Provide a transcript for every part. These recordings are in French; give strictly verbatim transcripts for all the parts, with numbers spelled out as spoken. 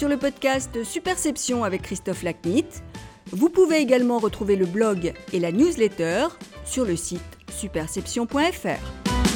sur le podcast Superception avec Christophe Lacnit. Vous pouvez également retrouver le blog et la newsletter sur le site superception point f r.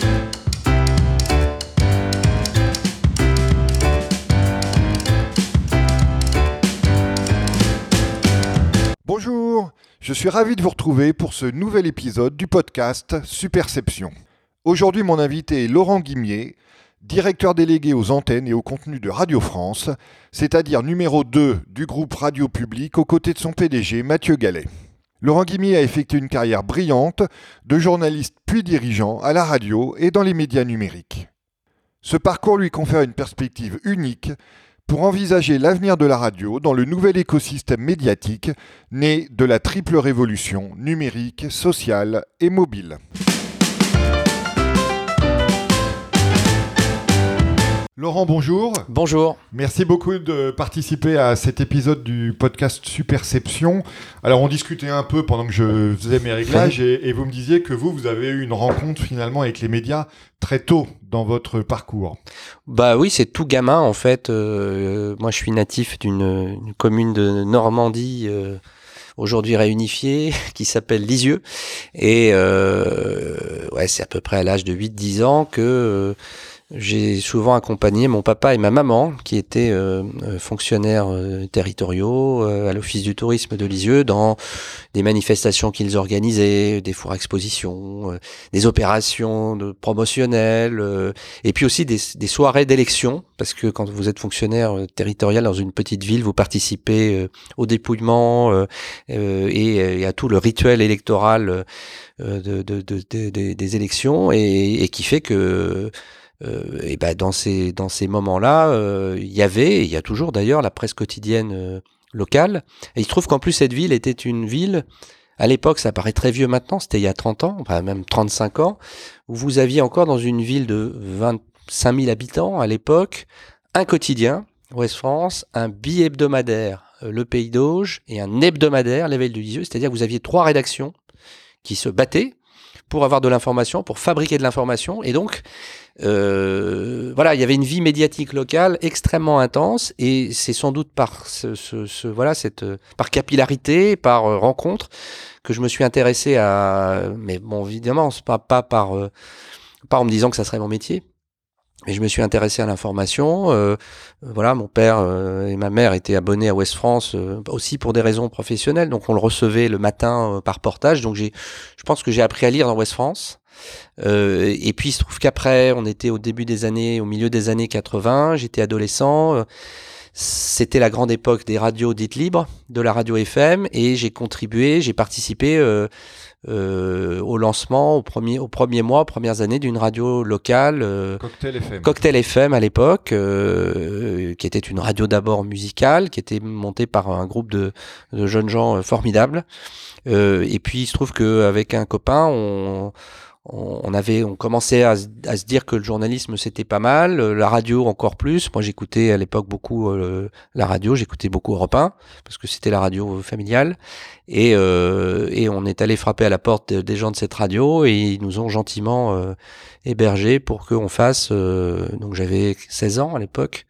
Bonjour, je suis ravi de vous retrouver pour ce nouvel épisode du podcast Superception. Aujourd'hui, mon invité est Laurent Guimier, directeur délégué aux antennes et au contenu de Radio France, c'est-à-dire numéro deux du groupe Radio Public aux côtés de son P D G Mathieu Gallet. Laurent Guimier a effectué une carrière brillante de journaliste puis dirigeant à la radio et dans les médias numériques. Ce parcours lui confère une perspective unique pour envisager l'avenir de la radio dans le nouvel écosystème médiatique né de la triple révolution numérique, sociale et mobile. Laurent, bonjour. Bonjour. Merci beaucoup de participer à cet épisode du podcast Superception. Alors, on discutait un peu pendant que je faisais mes réglages et, et vous me disiez que vous, vous avez eu une rencontre finalement avec les médias très tôt dans votre parcours. Bah oui, c'est tout gamin en fait. Euh, moi, je suis natif d'une une commune de Normandie euh, aujourd'hui réunifiée qui s'appelle Lisieux. Et euh, ouais, c'est à peu près à l'âge de huit dix ans que... Euh, j'ai souvent accompagné mon papa et ma maman, qui étaient euh, fonctionnaires euh, territoriaux euh, à l'Office du tourisme de Lisieux, dans des manifestations qu'ils organisaient, des foires expositions, euh, des opérations de promotionnelles, euh, et puis aussi des, des soirées d'élection, parce que quand vous êtes fonctionnaire euh, territorial dans une petite ville, vous participez euh, au dépouillement euh, euh, et, et à tout le rituel électoral euh, de, de, de, de, de, des élections, et, et qui fait que Euh, et ben dans ces dans ces moments-là, euh, il y avait, et il y a toujours d'ailleurs, la presse quotidienne euh, locale. Et il se trouve qu'en plus cette ville était une ville, à l'époque, ça paraît très vieux maintenant, c'était il y a trente ans, enfin même trente-cinq ans, où vous aviez encore dans une ville de vingt-cinq mille habitants à l'époque, un quotidien, Ouest France, un bi-hebdomadaire, euh, Le Pays d'Auge, et un hebdomadaire, L'Éveil de Lisieux, c'est-à-dire que vous aviez trois rédactions qui se battaient pour avoir de l'information, pour fabriquer de l'information, et donc Euh, voilà, il y avait une vie médiatique locale extrêmement intense, et c'est sans doute par ce, ce, ce voilà cette par capillarité, par euh, rencontre, que je me suis intéressé à. Mais bon, évidemment, c'est pas pas par euh, pas en me disant que ça serait mon métier. Mais je me suis intéressé à l'information. Euh, voilà, mon père euh, et ma mère étaient abonnés à Ouest France euh, aussi pour des raisons professionnelles. Donc on le recevait le matin euh, par portage. Donc j'ai, je pense que j'ai appris à lire dans Ouest France. Euh, et puis il se trouve qu'après, on était au début des années, au milieu des années quatre-vingts. J'étais adolescent. Euh, C'était la grande époque des radios dites libres, de la radio F M, et j'ai contribué, j'ai participé euh, euh, au lancement, au premier, au premier mois, aux premières années d'une radio locale, euh, Cocktail F M. Cocktail F M à l'époque, euh, qui était une radio d'abord musicale, qui était montée par un groupe de, de jeunes gens euh, formidables. Euh, et puis il se trouve qu'avec un copain, on On avait, on commençait à, à se dire que le journalisme c'était pas mal, la radio encore plus. Moi j'écoutais à l'époque beaucoup euh, la radio, j'écoutais beaucoup Europe un parce que c'était la radio familiale, et euh, et on est allé frapper à la porte des gens de cette radio, et ils nous ont gentiment euh, hébergés pour qu'on fasse. Euh, donc j'avais seize ans à l'époque,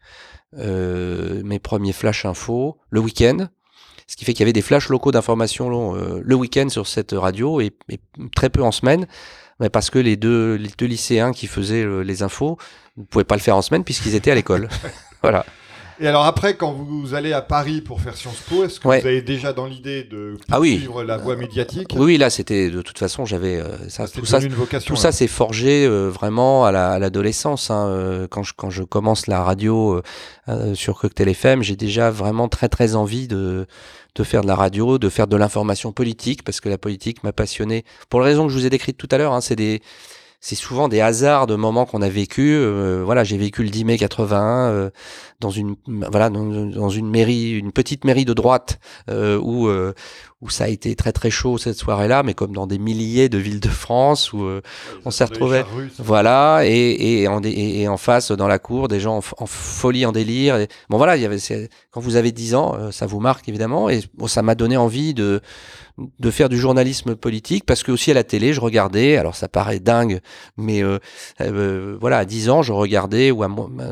euh, mes premiers flash info le week-end. Ce qui fait qu'il y avait des flashs locaux d'information euh, le week-end sur cette radio, et, et très peu en semaine. Mais parce que les deux, les deux lycéens qui faisaient euh, les infos ne pouvaient pas le faire en semaine puisqu'ils étaient à l'école. Voilà. Et alors après, quand vous allez à Paris pour faire Sciences Po, est-ce que ouais. vous avez déjà dans l'idée de suivre ah oui. la voie médiatique ? Oui, oui, là c'était de toute façon j'avais euh, ça, tout ça, une vocation, tout là. ça s'est forgé euh, vraiment à, la, à l'adolescence. Hein, euh, quand je quand je commence la radio euh, euh, sur Cocktail F M, j'ai déjà vraiment très très envie de de faire de la radio, de faire de l'information politique, parce que la politique m'a passionné pour les raisons que je vous ai décrites tout à l'heure. Hein, c'est des C'est souvent des hasards de moments qu'on a vécu. Euh, voilà, j'ai vécu le dix mai quatre-vingt-un euh, dans une voilà dans, dans une mairie, une petite mairie de droite euh, où euh, où ça a été très très chaud cette soirée-là, mais comme dans des milliers de villes de France où euh, ouais, on s'est retrouvés. Voilà, et et en et, et en face dans la cour des gens en, en folie, en délire. Et, bon voilà, il y avait c'est, quand vous avez dix ans, euh, ça vous marque évidemment, et bon, ça m'a donné envie de de faire du journalisme politique, parce que aussi à la télé je regardais, alors ça paraît dingue mais euh, euh, voilà, à dix ans, je regardais, ou à,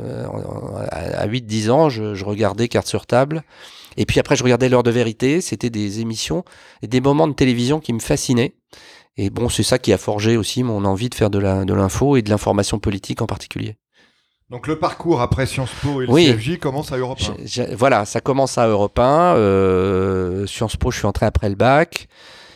à huit dix ans, je, je regardais Cartes sur table. Et puis après, je regardais L'heure de vérité. C'était des émissions et des moments de télévision qui me fascinaient. Et bon, c'est ça qui a forgé aussi mon envie de faire de, la, de l'info et de l'information politique en particulier. Donc le parcours après Sciences Po et le oui. C F J commence à Europe un. Je, je, voilà, ça commence à Europe un. Euh, Sciences Po, je suis entré après le bac.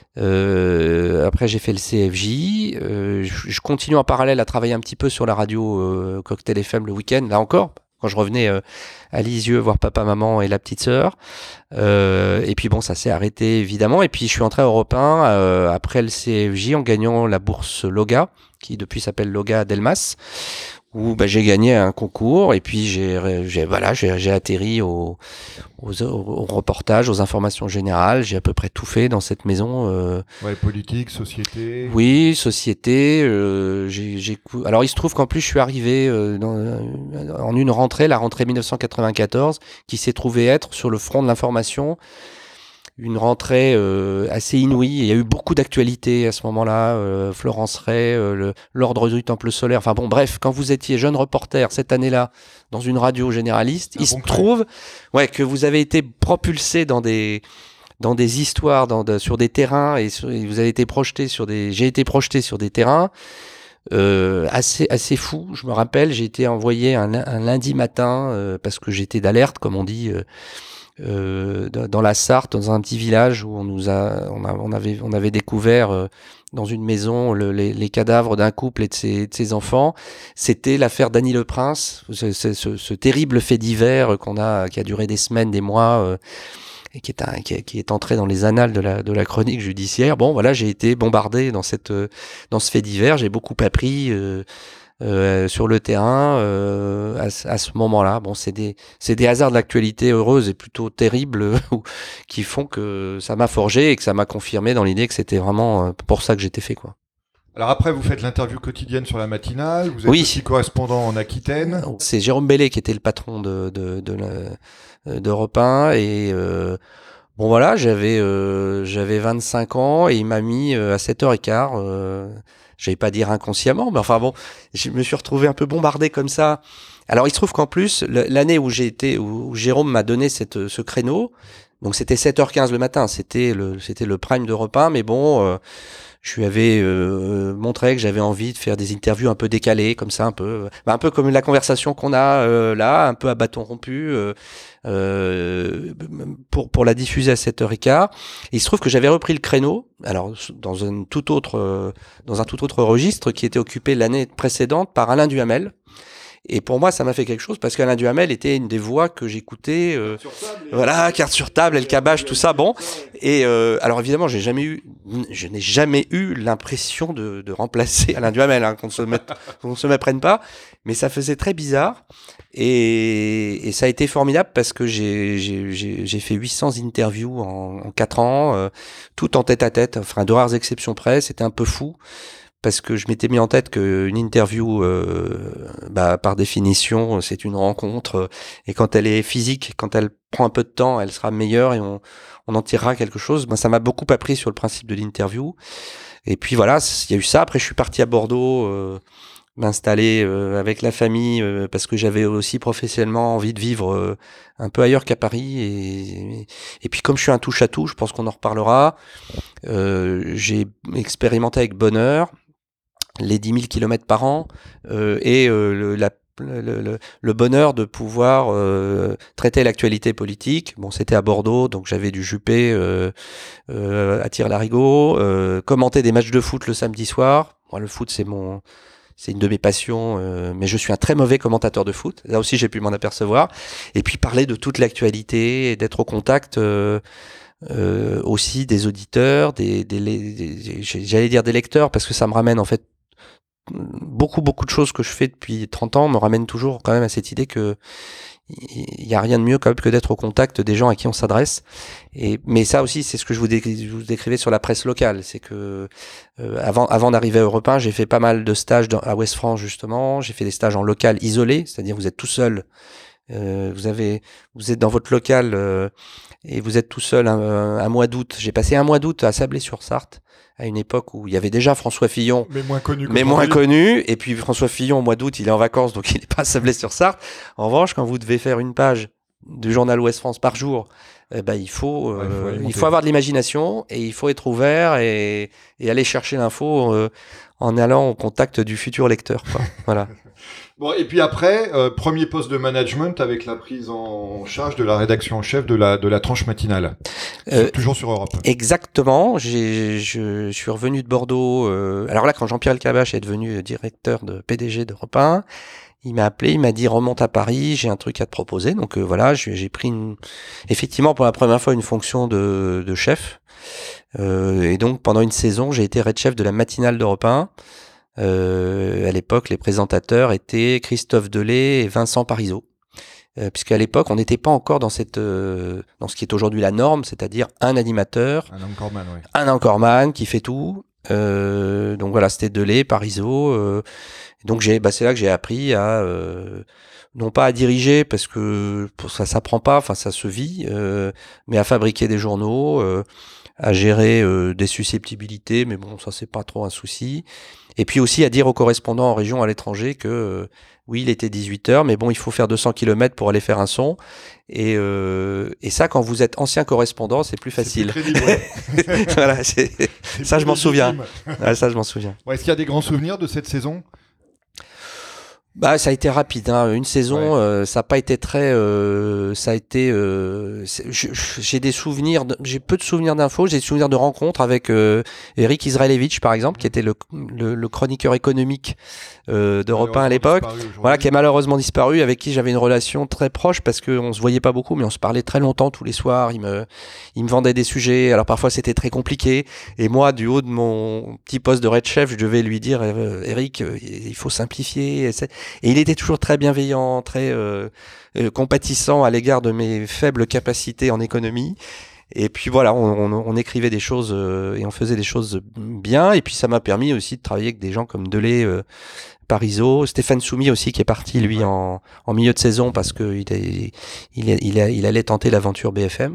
Euh, après, j'ai fait le C F J. Euh, je, je continue en parallèle à travailler un petit peu sur la radio euh, Cocktail F M le week-end, là encore, quand je revenais euh, à Lisieux voir papa, maman et la petite sœur. Euh, et puis bon, ça s'est arrêté évidemment. Et puis je suis entré à Europe un euh, après le C F J en gagnant la bourse Loga, qui depuis s'appelle Loga Delmas, où bah, j'ai gagné un concours. Et puis j'ai, j'ai voilà, j'ai, j'ai atterri au, aux, aux reportages, aux informations générales. J'ai à peu près tout fait dans cette maison. Euh, ouais, politique, société. Oui, société. Euh, j'ai, j'ai... Alors il se trouve qu'en plus je suis arrivé euh, dans, en une rentrée, la rentrée dix-neuf cent quatre-vingt-quatorze, qui s'est trouvée être sur le front de l'information une rentrée euh, assez inouïe. Il y a eu beaucoup d'actualités à ce moment-là. Euh, Florence Ray, euh, le, l'ordre du Temple solaire. Enfin bon, bref, quand vous étiez jeune reporter cette année-là dans une radio généraliste, il bon se cru. trouve ouais, que vous avez été propulsé dans des dans des histoires, dans de, sur des terrains, et, sur, et vous avez été projeté sur des. J'ai été projeté sur des terrains euh, assez assez fous. Je me rappelle, j'ai été envoyé un, un lundi matin euh, parce que j'étais d'alerte, comme on dit. Euh, Euh, dans la Sarthe, dans un petit village où on nous a, on, a, on avait, on avait découvert euh, dans une maison le, les, les cadavres d'un couple et de ses, de ses enfants. C'était l'affaire Dany Le Prince, ce, ce, ce, ce terrible fait divers qu'on a, qui a duré des semaines, des mois, euh, et qui est, un, qui, est, qui est entré dans les annales de la, de la chronique judiciaire. Bon, voilà, j'ai été bombardé dans cette, dans ce fait divers. J'ai beaucoup appris. Euh, Euh, sur le terrain euh, à, à ce moment-là. Bon, c'est des c'est des hasards de l'actualité heureuse et plutôt terribles qui font que ça m'a forgé et que ça m'a confirmé dans l'idée que c'était vraiment pour ça que j'étais fait, quoi. Alors après, vous faites l'interview quotidienne sur la matinale, vous êtes oui. aussi correspondant en Aquitaine. C'est Jérôme Bellé qui était le patron de de de la, d'Europe un et euh, bon voilà, j'avais euh, j'avais vingt-cinq ans et il m'a mis euh, à sept heures quinze euh, je vais pas dire inconsciemment, mais enfin bon, je me suis retrouvé un peu bombardé comme ça. Alors il se trouve qu'en plus, l'année où j'ai été, où Jérôme m'a donné cette, ce créneau, donc c'était sept heures quinze le matin, c'était le, c'était le prime d'Europe un, mais bon, euh, je lui avais euh, montré que j'avais envie de faire des interviews un peu décalées, comme ça, un peu, bah, un peu comme la conversation qu'on a euh, là, un peu à bâton rompu. Euh, Euh, pour pour la diffuser à sept heures quinze. Et il se trouve que j'avais repris le créneau, alors dans un tout autre euh, dans un tout autre registre qui était occupé l'année précédente par Alain Duhamel. Et pour moi, ça m'a fait quelque chose parce qu'Alain Duhamel était une des voix que j'écoutais. Euh, voilà, Carte sur table, El Kabach, tout ça. Bon. Et euh, alors évidemment, j'ai jamais eu, je n'ai jamais eu l'impression de, de remplacer Alain Duhamel, hein, qu'on ne se mette, qu'on ne se méprenne pas. Mais ça faisait très bizarre. Et, et ça a été formidable parce que j'ai, j'ai, j'ai, j'ai fait huit cents interviews en, en quatre ans, euh, tout en tête à tête. Enfin, de rares exceptions près. C'était un peu fou. Parce que je m'étais mis en tête qu'une interview, euh, bah, par définition, c'est une rencontre. Et quand elle est physique, quand elle prend un peu de temps, elle sera meilleure et on, on en tirera quelque chose. Ben, ça m'a beaucoup appris sur le principe de l'interview. Et puis voilà, il y a eu ça. Après, je suis parti à Bordeaux, euh, m'installer euh, avec la famille, euh, parce que j'avais aussi professionnellement envie de vivre euh, un peu ailleurs qu'à Paris. Et, et puis comme je suis un touche-à-tout, je pense qu'on en reparlera. Euh, j'ai expérimenté avec bonheur les dix mille kilomètres par an euh, et euh, le, la, le, le, le bonheur de pouvoir euh, traiter l'actualité politique. Bon, c'était à Bordeaux, donc j'avais du Juppé euh, euh, à Tire-Larigot, euh, commenter des matchs de foot le samedi soir. Moi, le foot, c'est mon... C'est une de mes passions, euh, mais je suis un très mauvais commentateur de foot. Là aussi, j'ai pu m'en apercevoir. Et puis parler de toute l'actualité et d'être au contact euh, euh, aussi des auditeurs, des, des, des, j'allais dire des lecteurs, parce que ça me ramène en fait beaucoup beaucoup de choses que je fais depuis trente ans me ramènent toujours quand même à cette idée que il y a rien de mieux quand même que d'être au contact des gens à qui on s'adresse. Et mais ça aussi, c'est ce que je vous, dé- je vous décrivais sur la presse locale, c'est que euh, avant avant d'arriver à Europe un, j'ai fait pas mal de stages dans, à Ouest France justement. J'ai fait des stages en local isolé, c'est-à-dire vous êtes tout seul Euh, vous avez, vous êtes dans votre local euh, et vous êtes tout seul un, un mois d'août. J'ai passé un mois d'août à Sablé-sur-Sarthe, à une époque où il y avait déjà François Fillon, mais moins connu. Mais moins connu. Et puis François Fillon, au mois d'août, il est en vacances, donc il n'est pas à Sablé-sur-Sarthe. En revanche, quand vous devez faire une page du journal Ouest France par jour, eh ben, il faut, ouais, euh, il faut, il faut avoir de l'imagination et il faut être ouvert et, et aller chercher l'info euh, en allant au contact du futur lecteur, quoi. Voilà. Bon, et puis après, euh, premier poste de management avec la prise en charge de la rédaction en chef de la, de la tranche matinale. Euh, sur, toujours sur Europe. Exactement. J'ai, je, je suis revenu de Bordeaux. Euh, alors là, quand Jean-Pierre Elkabbach est devenu directeur de P D G d'Europe un, il m'a appelé, il m'a dit remonte à Paris, j'ai un truc à te proposer. Donc euh, voilà, j'ai, j'ai pris une, effectivement pour la première fois une fonction de, de chef. Euh, et donc pendant une saison, j'ai été rédacteur chef de la matinale d'Europe un. Euh, à l'époque, les présentateurs étaient Christophe Delay et Vincent Parisot, euh, puisqu'à l'époque, on n'était pas encore dans cette, euh, dans ce qui est aujourd'hui la norme, c'est-à-dire un animateur, un anchorman, oui. un anchorman qui fait tout. Euh, donc voilà, c'était Delay, Parisot. Euh, donc j'ai, bah c'est là que j'ai appris à euh, non pas à diriger parce que pour ça s'apprend pas, enfin ça se vit, euh, mais à fabriquer des journaux. Euh, à gérer euh, des susceptibilités, mais bon, ça c'est pas trop un souci. Et puis aussi à dire aux correspondants en région à l'étranger que euh, oui, il était dix-huit heures, mais bon, il faut faire deux cents kilomètres pour aller faire un son. Et, euh, et ça, quand vous êtes ancien correspondant, c'est plus facile. C'est plus crédible, ouais. Voilà, c'est, c'est ça je m'en souviens. Ouais, ça je m'en souviens. Ouais, est-ce qu'il y a des grands souvenirs de cette saison ? Bah, ça a été rapide, hein. Une saison, ouais. euh, ça n'a pas été très, euh, ça a été, euh, j'ai des souvenirs, de, j'ai peu de souvenirs d'infos, j'ai des souvenirs de rencontres avec euh, Eric Israelevich par exemple, qui était le, le, le chroniqueur économique euh, d'Europe un à l'époque, voilà, qui est malheureusement disparu, avec qui j'avais une relation très proche parce qu'on se voyait pas beaucoup, mais on se parlait très longtemps tous les soirs. Il me, il me vendait des sujets. Alors parfois c'était très compliqué, et moi, du haut de mon petit poste de rédacteur chef, je devais lui dire, euh, Eric, euh, il faut simplifier. Et, et il était toujours très bienveillant, très euh, euh, compatissant à l'égard de mes faibles capacités en économie. Et puis voilà, on, on, on écrivait des choses euh, et on faisait des choses bien. Et puis ça m'a permis aussi de travailler avec des gens comme Delay, euh, Parisot, Stéphane Soumy aussi, qui est parti lui en, en milieu de saison parce que il, est, il, est, il, a, il allait tenter l'aventure B F M.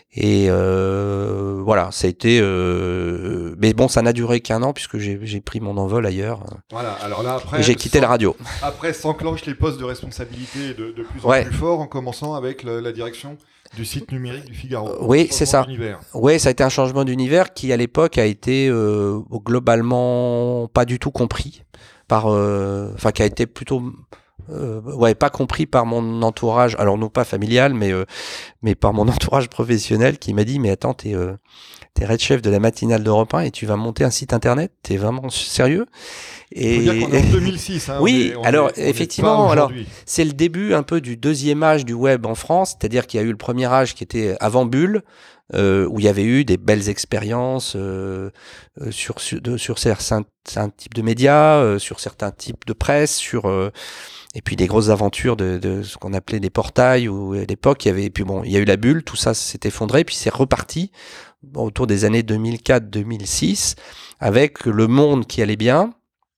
Et euh, voilà, ça a été. Euh, mais bon, ça n'a duré qu'un an puisque j'ai, j'ai pris mon envol ailleurs. Voilà. Alors là après, et j'ai quitté la radio. Après, s'enclenchent les postes de responsabilité de, de plus en ouais. plus forts, en commençant avec le, la direction du site numérique du Figaro. Oui, c'est ça. Oui, ça a été un changement d'univers qui, à l'époque, a été euh, globalement pas du tout compris par, enfin, euh, qui a été plutôt, euh, ouais, pas compris par mon entourage. Alors non pas familial, mais euh, mais par mon entourage professionnel qui m'a dit, mais attends, t'es euh, t'es rédacteur chef de la matinale d'Europe un et tu vas monter un site internet, t'es vraiment sérieux? Et faut dire qu'on est en deux mille six. Hein, oui, on est, on alors est, on effectivement, alors c'est le début un peu du deuxième âge du web en France, c'est-à-dire qu'il y a eu le premier âge qui était avant Bulle, euh, où il y avait eu des belles expériences euh, euh, sur sur, de, sur certains, certains types de médias, euh, sur certains types de presse, sur euh, et puis des grosses aventures de, de ce qu'on appelait des portails, où à l'époque il y avait, et puis bon, il y a eu la bulle, tout ça s'est effondré, puis c'est reparti bon, autour des années deux mille quatre deux mille six avec le Monde qui allait bien,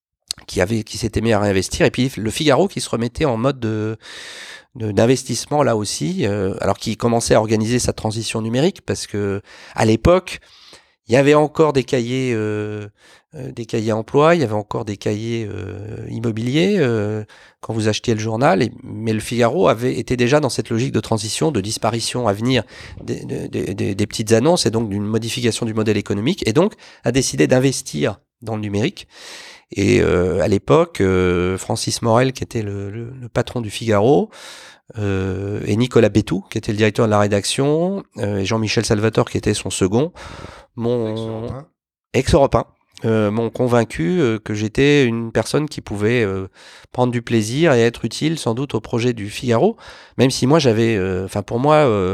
qui avait, qui s'était mis à réinvestir, et puis le Figaro qui se remettait en mode de, de d'investissement là aussi, euh, alors qu'il commençait à organiser sa transition numérique, parce que à l'époque il y avait encore des cahiers, euh, euh, des cahiers emploi, il y avait encore des cahiers euh, immobiliers euh, quand vous achetiez le journal, et, mais le Figaro avait été déjà dans cette logique de transition, de disparition à venir des, des, des, des petites annonces, et donc d'une modification du modèle économique, et donc a décidé d'investir dans le numérique. Et euh, à l'époque, euh, Francis Morel, qui était le, le, le patron du Figaro, euh, et Nicolas Bétou, qui était le directeur de la rédaction, euh, et Jean-Michel Salvatore, qui était son second, m'ont ex-Europe un, euh, m'ont convaincu euh, que j'étais une personne qui pouvait euh, prendre du plaisir et être utile sans doute au projet du Figaro, même si moi j'avais, enfin euh, pour moi. Euh,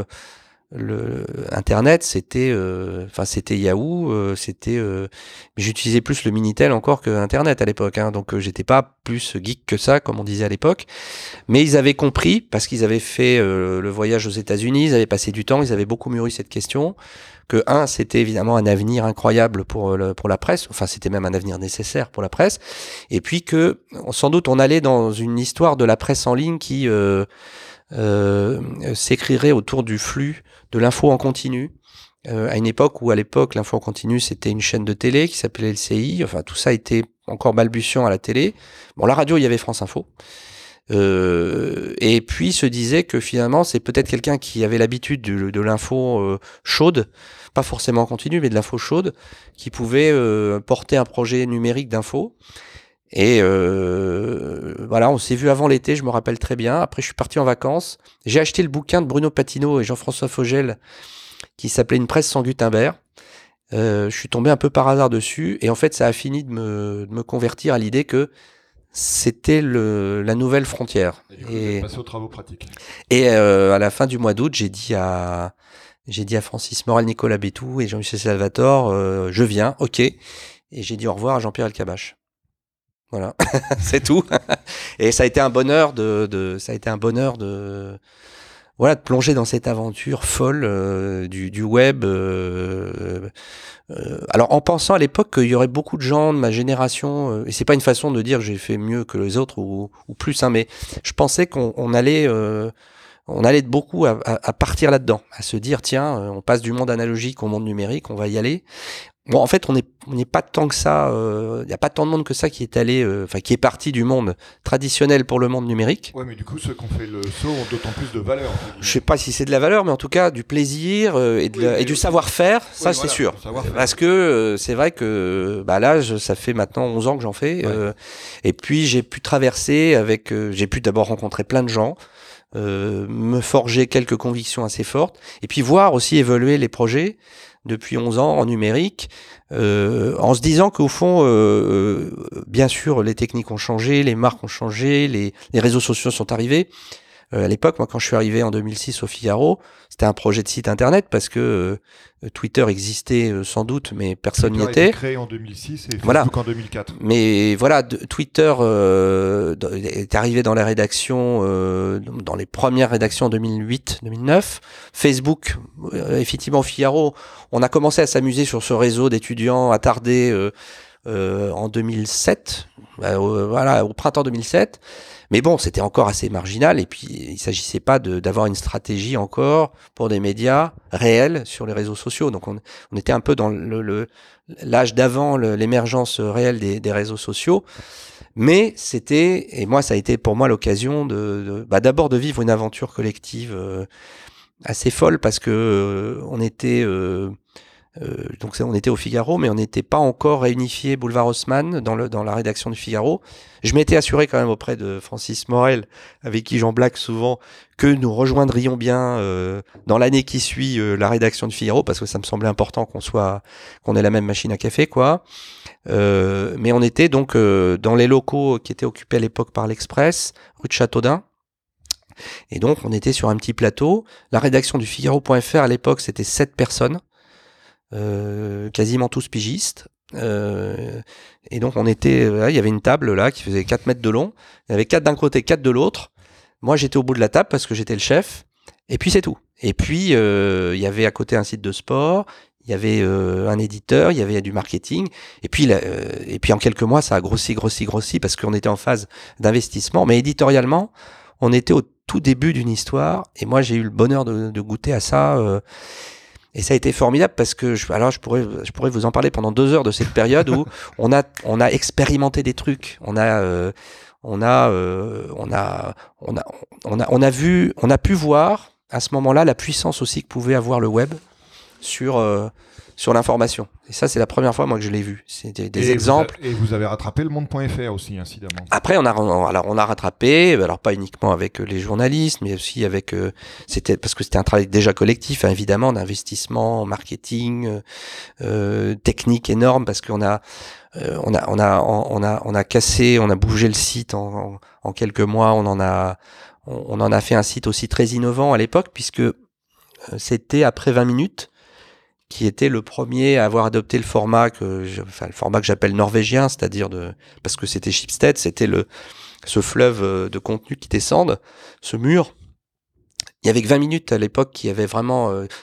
le Internet c'était enfin euh, c'était Yahoo, euh, c'était euh, mais j'utilisais plus le Minitel encore que Internet à l'époque, hein, donc euh, j'étais pas plus geek que ça comme on disait à l'époque, mais ils avaient compris parce qu'ils avaient fait euh, le voyage aux États-Unis, ils avaient passé du temps, ils avaient beaucoup mûri cette question, que un, c'était évidemment un avenir incroyable pour le, pour la presse, enfin c'était même un avenir nécessaire pour la presse, et puis que sans doute on allait dans une histoire de la presse en ligne qui euh, euh, s'écrirait autour du flux de l'info en continu, euh, à une époque où à l'époque l'info en continu c'était une chaîne de télé qui s'appelait L C I, enfin tout ça était encore balbutiant à la télé. Bon, la radio, il y avait France Info. Euh, et puis se disait que finalement c'est peut-être quelqu'un qui avait l'habitude de, de l'info euh, chaude, pas forcément en continu mais de l'info chaude, qui pouvait euh, porter un projet numérique d'info. Et euh, voilà, on s'est vu avant l'été, je me rappelle très bien. Après je suis parti en vacances, j'ai acheté le bouquin de Bruno Patino et Jean-François Fogel qui s'appelait Une presse sans Gutenberg. Euh, je suis tombé un peu par hasard dessus et en fait ça a fini de me, de me convertir à l'idée que c'était le, la nouvelle frontière. Et du coup, et, vous êtes passé aux travaux pratiques. Et euh, à la fin du mois d'août, j'ai dit à j'ai dit à Francis Morel, Nicolas Bétou et Jean-Michel Salvatore, euh, je viens, ok. Et j'ai dit au revoir à Jean-Pierre Elkabbach. Voilà, c'est tout. Et ça a été un bonheur de, de ça a été un bonheur de voilà de plonger dans cette aventure folle euh, du, du web. Euh, euh, alors en pensant à l'époque qu'il y aurait beaucoup de gens de ma génération, euh, et c'est pas une façon de dire que j'ai fait mieux que les autres ou, ou plus, hein, mais je pensais qu'on on allait, euh, on allait de beaucoup à, à, à partir là-dedans, à se dire tiens, on passe du monde analogique au monde numérique, on va y aller. Bon, en fait, on n'est on n'est pas tant que ça. Il euh, n'y a pas tant de monde que ça qui est allé, enfin, euh, qui est parti du monde traditionnel pour le monde numérique. Ouais, mais du coup, ceux qui ont fait le saut ont d'autant plus de valeur. Je sais pas si c'est de la valeur, mais en tout cas, du plaisir euh, et, de oui, la, et du savoir-faire, oui, ça, voilà, c'est sûr. Savoir-faire. Parce que euh, c'est vrai que, bah là, je, ça fait maintenant onze ans que j'en fais. Ouais. Euh, et puis, j'ai pu traverser avec, euh, j'ai pu d'abord rencontrer plein de gens. Euh, me forger quelques convictions assez fortes et puis voir aussi évoluer les projets depuis onze ans en numérique, euh, en se disant qu'au fond, euh, bien sûr, les techniques ont changé, les marques ont changé, les, les réseaux sociaux sont arrivés. Euh, à l'époque, moi, quand je suis arrivé en deux mille six au Figaro, c'était un projet de site internet parce que euh, Twitter existait euh, sans doute, mais personne n'y était. Twitter a été créé en deux mille six et Facebook voilà. en deux mille quatre. Mais voilà, de, Twitter euh, est arrivé dans la rédaction, euh, dans les premières rédactions en deux mille huit deux mille neuf. Facebook, euh, effectivement, au Figaro, on a commencé à s'amuser sur ce réseau d'étudiants attardés euh, euh, en deux mille sept, euh, voilà, au printemps deux mille sept. Mais bon, c'était encore assez marginal et puis il s'agissait pas de, d'avoir une stratégie encore pour des médias réels sur les réseaux sociaux. Donc on, on était un peu dans le, le, l'âge d'avant le, l'émergence réelle des, des réseaux sociaux. Mais c'était, et moi ça a été pour moi l'occasion de, de bah d'abord de vivre une aventure collective euh, assez folle parce que euh, on était euh, Euh, donc on était au Figaro, mais on n'était pas encore réunifié Boulevard Haussmann dans, le, dans la rédaction du Figaro. Je m'étais assuré quand même auprès de Francis Morel, avec qui j'en blague souvent, que nous rejoindrions bien euh, dans l'année qui suit euh, la rédaction du Figaro, parce que ça me semblait important qu'on soit, qu'on ait la même machine à café, quoi. Euh, mais on était donc euh, dans les locaux qui étaient occupés à l'époque par l'Express, rue de Châteaudun. Et donc on était sur un petit plateau. La rédaction du Figaro point F R à l'époque c'était sept personnes. Euh, quasiment tous pigistes, euh, et donc on était là, il y avait une table là qui faisait quatre mètres de long, il y avait quatre d'un côté, quatre de l'autre. Moi j'étais au bout de la table parce que j'étais le chef, et puis c'est tout. Et puis euh, il y avait à côté un site de sport, il y avait euh, un éditeur, il y avait du marketing, et puis là, euh, et puis en quelques mois ça a grossi, grossi, grossi parce qu'on était en phase d'investissement, mais éditorialement on était au tout début d'une histoire, et moi j'ai eu le bonheur de, de goûter à ça. Euh, Et ça a été formidable parce que, je, alors je pourrais, je pourrais vous en parler pendant deux heures de cette période où on a, on a expérimenté des trucs, on a, euh, on a, euh, on a, on a, on a, on a vu, on a pu voir à ce moment-là la puissance aussi que pouvait avoir le web sur, euh, sur l'information. Et ça, c'est la première fois moi que je l'ai vu. C'est des, des et exemples. Vous a, et vous avez rattrapé le monde point F R aussi, incidemment. Après, on a, alors on a rattrapé, alors pas uniquement avec les journalistes, mais aussi avec, euh, c'était parce que c'était un travail déjà collectif, hein, évidemment, d'investissement, marketing, euh, technique énorme, parce qu'on a, euh, on a, on a, on a, on a cassé, on a bougé le site en, en, en quelques mois. On en a, on, on en a fait un site aussi très innovant à l'époque, puisque c'était après vingt minutes. Qui était le premier à avoir adopté le format que, je, enfin le format que j'appelle norvégien, c'est-à-dire de, parce que c'était Schibsted, c'était le, ce fleuve de contenu qui descendent, ce mur. Il y avait que vingt minutes à l'époque qui avait vraiment euh,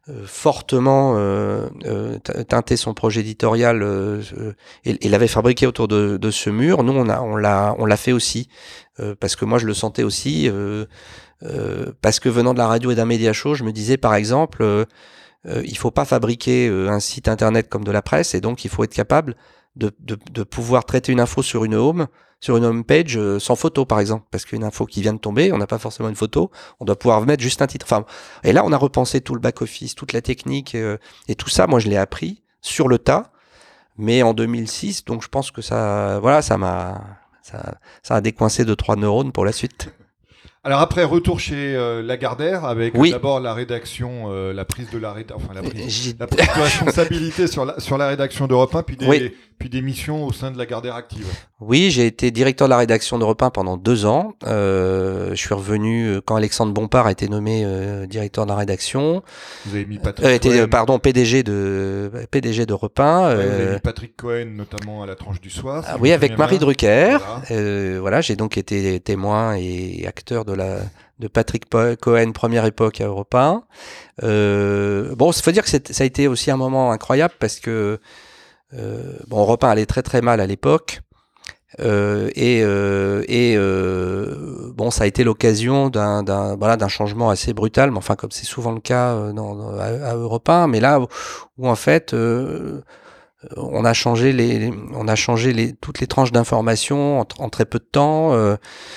euh, fortement euh, euh, teinté son projet éditorial euh, et, et l'avait fabriqué autour de, de ce mur. Nous, on a, on l'a, on l'a fait aussi euh, parce que moi, je le sentais aussi. Euh, euh, parce que venant de la radio et d'un média show, je me disais, par exemple, euh, euh, il faut pas fabriquer euh, un site internet comme de la presse, et donc il faut être capable de, de, de pouvoir traiter une info sur une home, sur une home page euh, sans photo par exemple, parce qu'une info qui vient de tomber, on n'a pas forcément une photo, on doit pouvoir mettre juste un titre. Enfin, et là on a repensé tout le back office, toute la technique euh, et tout ça. Moi je l'ai appris sur le tas, mais en deux mille six, donc je pense que ça, voilà, ça m'a, ça, ça a décoincé deux trois neurones pour la suite. Alors après, retour chez euh, Lagardère avec Oui. d'abord la rédaction, euh, la prise de la réda- enfin la prise, J'ai- la prise de responsabilité sur la sur la rédaction d'Europe un, puis des Oui. puis des missions au sein de Lagardère Active. Oui, j'ai été directeur de la rédaction d'Europe un pendant deux ans. Euh, je suis revenu quand Alexandre Bompard a été nommé euh, directeur de la rédaction. Vous avez mis Patrick Euh, était, Cohen. pardon, P D G de P D G d'Europe un. Ouais, vous avez euh, mis Patrick Cohen notamment à la tranche du soir. si ah je oui, me avec souviens Marie bien. Drucker. Voilà. Euh, voilà, j'ai donc été témoin et acteur de la de Patrick Po- Cohen, première époque à Europe un. Euh, bon, il faut dire que c'est- ça a été aussi un moment incroyable parce que euh, bon, Europe un allait très très mal à l'époque. Euh, et euh, et euh, bon, ça a été l'occasion d'un d'un voilà d'un changement assez brutal, mais enfin comme c'est souvent le cas euh, dans, dans- à, à Europe un, mais là où, où en fait euh, on a changé les, les- on a changé les toutes les tranches d'information en, en très peu de temps. Euh,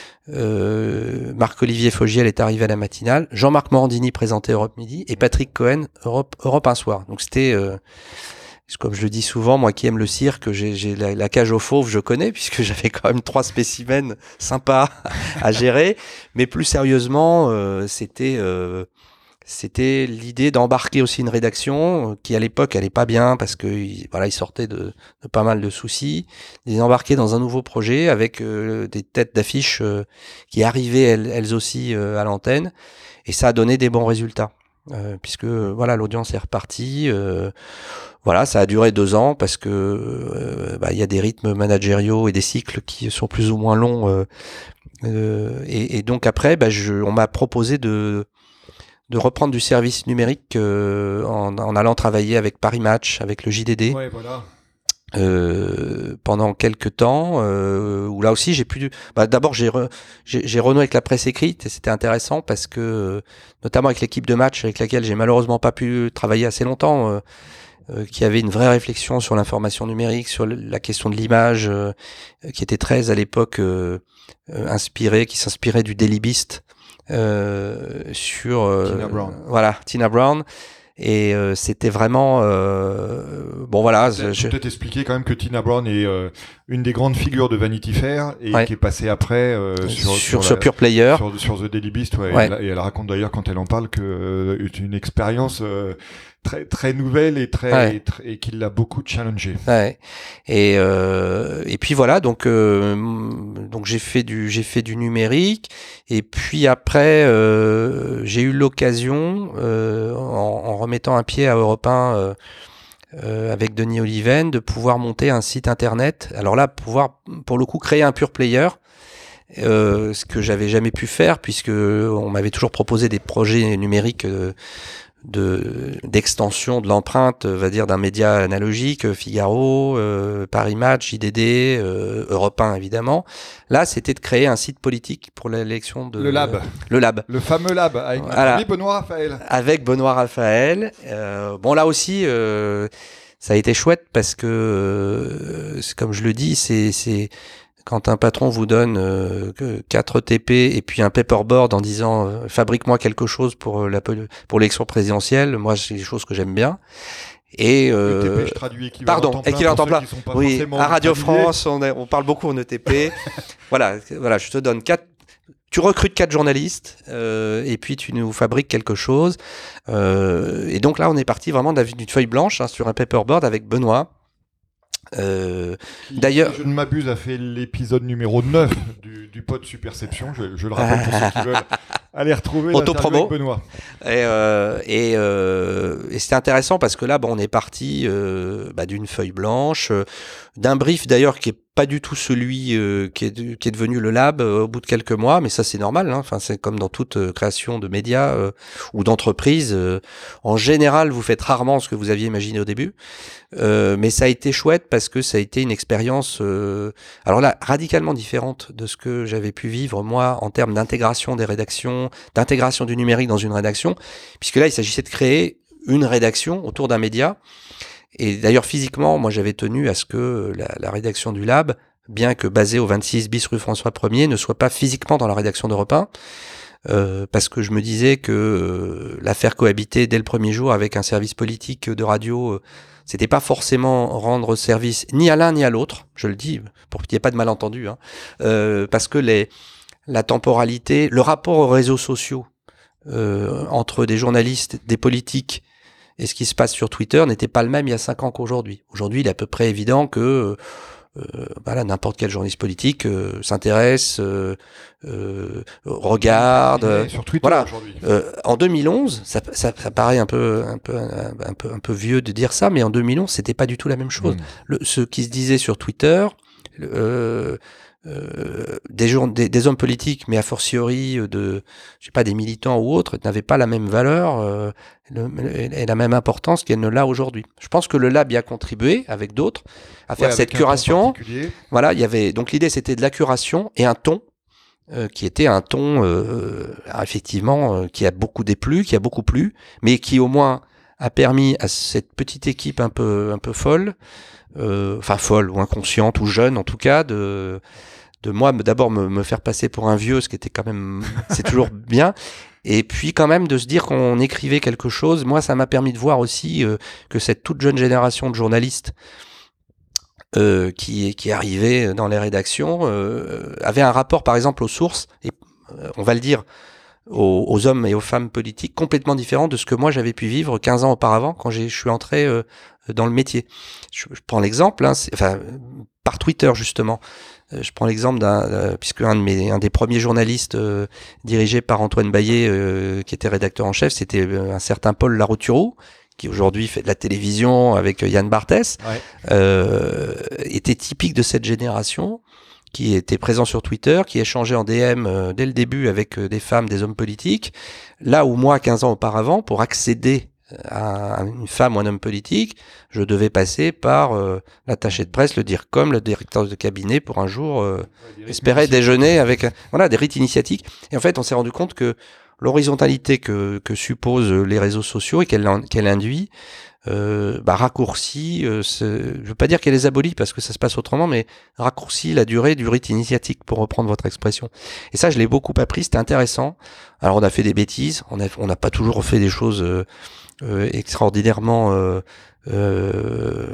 euh, Marc-Olivier Fogiel est arrivé à la matinale, Jean-Marc Morandini présentait Europe Midi et Patrick Cohen Europe Europe un soir. Donc c'était euh, comme je le dis souvent, moi qui aime le cirque, j'ai, j'ai la, la cage aux fauves, je connais, puisque j'avais quand même trois spécimens sympas à gérer. Mais plus sérieusement, euh, c'était euh, c'était l'idée d'embarquer aussi une rédaction euh, qui à l'époque allait pas bien parce que il- voilà, il sortait de, de pas mal de soucis, les embarquer dans un nouveau projet avec euh, des têtes d'affiche euh, qui arrivaient elles, elles aussi euh, à l'antenne, et ça a donné des bons résultats. Euh, puisque voilà, l'audience est repartie. Euh, voilà, ça a duré deux ans parce que euh, bah, il y a des rythmes managériaux et des cycles qui sont plus ou moins longs. Euh, euh, et, et donc après, bah, je, on m'a proposé de de reprendre du service numérique euh, en, en allant travailler avec Paris Match, avec le J D D. Ouais, voilà. Euh, pendant quelques temps, euh, où là aussi j'ai pu, bah, d'abord j'ai, re, j'ai j'ai renoué avec la presse écrite et c'était intéressant parce que euh, notamment avec l'équipe de match avec laquelle j'ai malheureusement pas pu travailler assez longtemps, euh, euh, qui avait une vraie réflexion sur l'information numérique, sur le, la question de l'image, euh, qui était très à l'époque euh, euh, inspirée, qui s'inspirait du Daily Beast euh, sur euh, Tina Brown. Voilà, Tina Brown. Et euh, c'était vraiment euh, bon voilà. Peut-être, Je... peut-être expliquer quand même que Tina Brown est euh, une des grandes figures de Vanity Fair et Ouais. qui est passée après euh, sur, sur, sur, sur la- Pure Player. sur, sur The Daily Beast, ouais, Ouais. Et, elle, et elle raconte d'ailleurs quand elle en parle que euh, c'est une expérience euh, très très nouvelle et très, Ouais. et, très- et qui l'a beaucoup challengée. Ouais. Et euh, et puis voilà, donc euh, donc j'ai fait du j'ai fait du numérique, et puis après euh, j'ai eu l'occasion euh, en, en remettant un pied à Europe un euh, euh, avec Denis Oliven de pouvoir monter un site internet. Alors là, pouvoir pour le coup créer un pure player. Euh, ce que j'avais jamais pu faire puisque on m'avait toujours proposé des projets numériques euh, de d'extension de l'empreinte, va dire, d'un média analogique, Figaro, euh, Paris Match, J D D, euh, Europe un évidemment. Là, c'était de créer un site politique pour l'élection de Le Lab. euh, le Lab. Le fameux Lab avec notre Voilà. ami Benoît Raphaël. Avec Benoît Raphaël. Euh, bon, là aussi, euh, ça a été chouette parce que, euh, c'est comme je le dis, c'est c'est quand un patron vous donne euh, que quatre T P et puis un paperboard en disant euh, fabrique-moi quelque chose pour la pour l'élection présidentielle, moi c'est des choses que j'aime bien. Et euh, E T P, je traduis équivalent pardon, temps plein équivalent pour temps ceux qui sont pas oui, forcément à Radio familiers. France, on, est- on parle beaucoup en E T P. voilà, voilà, je te donne quatre. Tu recrutes quatre journalistes euh, et puis tu nous fabriques quelque chose. Euh, et donc là, on est parti vraiment d'une feuille blanche hein, sur un paperboard avec Benoît. Euh, Qui, D'ailleurs- si je ne m'abuse, a fait l'épisode numéro neuf du, du pod Superception. Je, je le rappelle pour ceux qui veulent aller retrouver l'interview Autopromo. avec Benoît. Et, euh, et, euh, et c'était intéressant parce que là, bon, on est parti euh, bah, d'une feuille blanche, euh, d'un brief d'ailleurs qui est pas du tout celui euh, qui, est de, qui est devenu le lab euh, au bout de quelques mois, mais ça c'est normal. Hein. Enfin, c'est comme dans toute euh, création de médias euh, ou d'entreprise. Euh, en général, vous faites rarement ce que vous aviez imaginé au début, euh, mais ça a été chouette parce que ça a été une expérience, euh, alors là, radicalement différente de ce que j'avais pu vivre moi en termes d'intégration des rédactions, d'intégration du numérique dans une rédaction, puisque là, il s'agissait de créer une rédaction autour d'un média. Et d'ailleurs, physiquement, moi, j'avais tenu à ce que la, la rédaction du Lab, bien que basée au vingt-six bis rue François premier, ne soit pas physiquement dans la rédaction d'Europe un, euh, parce que je me disais que euh, la faire cohabiter dès le premier jour avec un service politique de radio, euh, c'était pas forcément rendre service ni à l'un ni à l'autre, je le dis, pour qu'il n'y ait pas de malentendu, hein, euh, parce que les, la temporalité, le rapport aux réseaux sociaux euh, entre des journalistes, des politiques, et ce qui se passe sur Twitter n'était pas le même il y a cinq ans qu'aujourd'hui. Aujourd'hui, il est à peu près évident que euh, voilà, n'importe quel journaliste politique euh, s'intéresse, euh, euh, regarde. Euh, sur Twitter voilà. Aujourd'hui. Euh, en deux mille onze, ça, ça, ça paraît un peu, un peu, un peu, un peu vieux de dire ça, mais en deux mille onze, c'était pas du tout la même chose. Mmh. Le, ce qui se disait sur Twitter. Euh, Euh, des, jour, des, des hommes politiques, mais a fortiori de, je sais pas, des militants ou autres, n'avaient pas la même valeur euh, le, et la même importance qu'elle ne l'a aujourd'hui. Je pense que le Lab y a contribué avec d'autres à faire ouais, cette curation. Voilà, il y avait donc l'idée c'était de la curation et un ton euh, qui était un ton euh, effectivement euh, qui a beaucoup déplu, qui a beaucoup plu, mais qui au moins a permis à cette petite équipe un peu un peu folle. Euh, enfin folle ou inconsciente ou jeune en tout cas de de moi d'abord me, me faire passer pour un vieux, ce qui était quand même c'est toujours bien, et puis quand même de se dire qu'on écrivait quelque chose. Moi ça m'a permis de voir aussi euh, que cette toute jeune génération de journalistes euh, qui qui arrivait dans les rédactions euh, avait un rapport par exemple aux sources et euh, on va le dire Aux, aux hommes et aux femmes politiques complètement différents de ce que moi j'avais pu vivre quinze ans auparavant quand j'ai, je suis entré euh, dans le métier. Je, je prends l'exemple, hein, c'est, enfin par Twitter justement. Euh, je prends l'exemple d'un, euh, puisque un de mes, un des premiers journalistes euh, dirigé par Antoine Baillet, euh, qui était rédacteur en chef, c'était euh, un certain Paul Larouturou, qui aujourd'hui fait de la télévision avec Yann Barthès, ouais. euh, était typique de cette génération, qui était présent sur Twitter, qui échangeait en D M euh, dès le début avec euh, des femmes, des hommes politiques, là où moi, quinze ans auparavant, pour accéder à une femme ou un homme politique, je devais passer par euh, l'attaché de presse, le dire comme le directeur de cabinet pour un jour euh, ouais, espérer déjeuner avec voilà des rites initiatiques. Et en fait, on s'est rendu compte que l'horizontalité que, que supposent les réseaux sociaux et qu'elle, qu'elle induit euh, bah, raccourcit, euh, ce, je veux pas dire qu'elle les abolit parce que ça se passe autrement, mais raccourcit la durée du rite initiatique, pour reprendre votre expression. Et ça, je l'ai beaucoup appris, c'était intéressant. Alors, on a fait des bêtises, on a, on n'a pas toujours fait des choses euh, euh, extraordinairement euh, euh,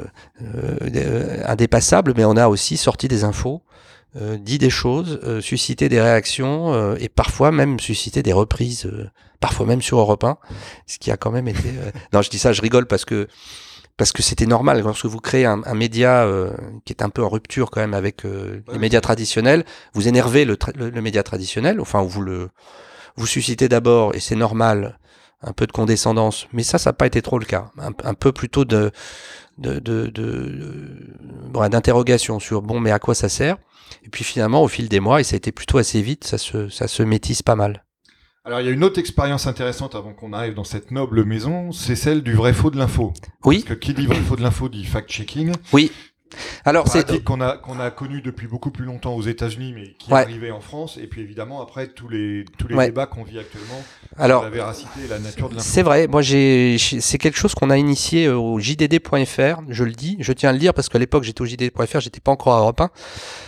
euh, indépassables, mais on a aussi sorti des infos, euh, dit des choses, euh, suscité des réactions euh, et parfois même suscité des reprises, euh, parfois même sur Europe un, ce qui a quand même été... Euh... Non, je dis ça, je rigole parce que parce que c'était normal. Lorsque vous créez un, un média euh, qui est un peu en rupture quand même avec euh, les médias traditionnels, vous énervez le, tra- le, le média traditionnel, enfin vous le vous suscitez d'abord, et c'est normal, un peu de condescendance, mais ça, ça n'a pas été trop le cas. Un, un peu plutôt de, de, de, de, de bon, d'interrogation sur bon, mais à quoi ça sert ? Et puis finalement, au fil des mois, et ça a été plutôt assez vite, ça se, ça se métisse pas mal. Alors, il y a une autre expérience intéressante avant qu'on arrive dans cette noble maison, c'est celle du vrai-faux de l'info. Oui. Parce que qui dit vrai-faux de l'info dit fact-checking. Oui. Alors, c'est pratique qu'on a qu'on a connu depuis beaucoup plus longtemps aux États-Unis, mais qui ouais. est arrivé en France. Et puis évidemment après tous les tous les ouais. débats qu'on vit actuellement Alors, sur la véracité et la nature de l'info. C'est vrai. Moi, j'ai c'est quelque chose qu'on a initié au J D D point F R. Je le dis, je tiens à le dire parce qu'à l'époque j'étais au J D D point F R, j'étais pas encore à Europe un.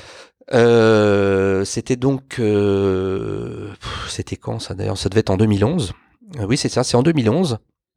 Euh, c'était donc euh, c'était quand ça d'ailleurs, ça devait être en deux mille onze. Euh, oui, c'est ça, c'est en deux mille onze.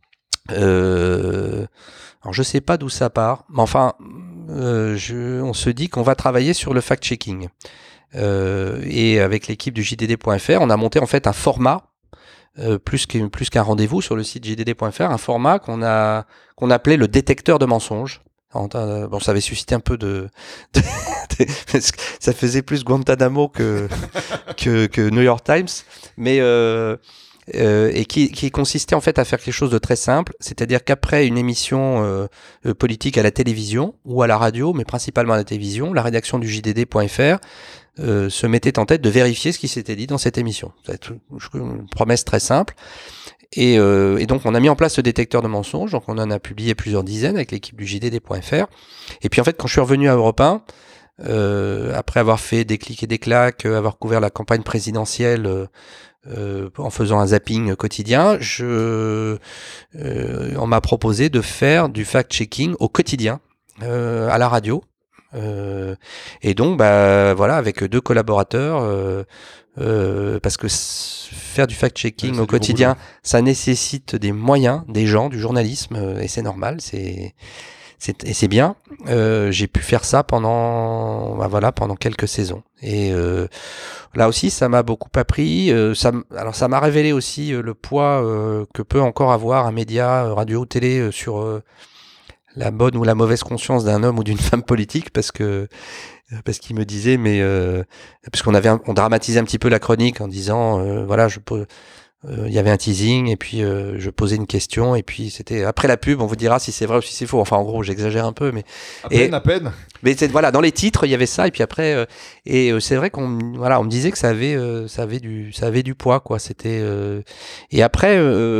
Euh, alors je sais pas d'où ça part, mais enfin, euh, je, on se dit qu'on va travailler sur le fact-checking. Euh, et avec l'équipe du J D D point F R, on a monté en fait un format, euh, plus qu'un, plus qu'un rendez-vous sur le site J D D point F R, un format qu'on a qu'on appelait le détecteur de mensonges. Bon, ça avait suscité un peu de, de, de parce que ça faisait plus Guantanamo que que, que New York Times, mais euh, euh, et qui, qui consistait en fait à faire quelque chose de très simple, c'est-à-dire qu'après une émission euh, euh, politique à la télévision ou à la radio, mais principalement à la télévision, la rédaction du J D D point F R euh, se mettait en tête de vérifier ce qui s'était dit dans cette émission. C'est une promesse très simple. Et, euh, et donc on a mis en place ce détecteur de mensonges, donc on en a publié plusieurs dizaines avec l'équipe du J D D point F R. Et puis en fait quand je suis revenu à Europe un, euh, après avoir fait des clics et des claques, euh, avoir couvert la campagne présidentielle euh, euh, en faisant un zapping quotidien, je, euh, on m'a proposé de faire du fact-checking au quotidien euh, à la radio. Euh, et donc bah voilà, avec deux collaborateurs. Euh, Euh, parce que faire du fact-checking ouais, au quotidien, ça nécessite des moyens, des gens, du journalisme, euh, et c'est normal, c'est, c'est et c'est bien. Euh, j'ai pu faire ça pendant, bah voilà, pendant quelques saisons. Et euh, là aussi, ça m'a beaucoup appris. Euh, ça, alors, ça m'a révélé aussi euh, le poids euh, que peut encore avoir un média, euh, radio ou télé, euh, sur euh, la bonne ou la mauvaise conscience d'un homme ou d'une femme politique, parce que parce qu'il me disait, mais euh, parce qu'on avait un, on dramatisait un petit peu la chronique en disant euh, voilà, je peux il euh, y avait un teasing et puis euh, je posais une question et puis c'était après la pub, on vous dira si c'est vrai ou si c'est faux. Enfin en gros j'exagère un peu, mais à peine et, à peine. Mais c'est, voilà, dans les titres il y avait ça et puis après euh, et euh, c'est vrai qu'on voilà on me disait que ça avait euh, ça avait du ça avait du poids quoi. C'était euh, et après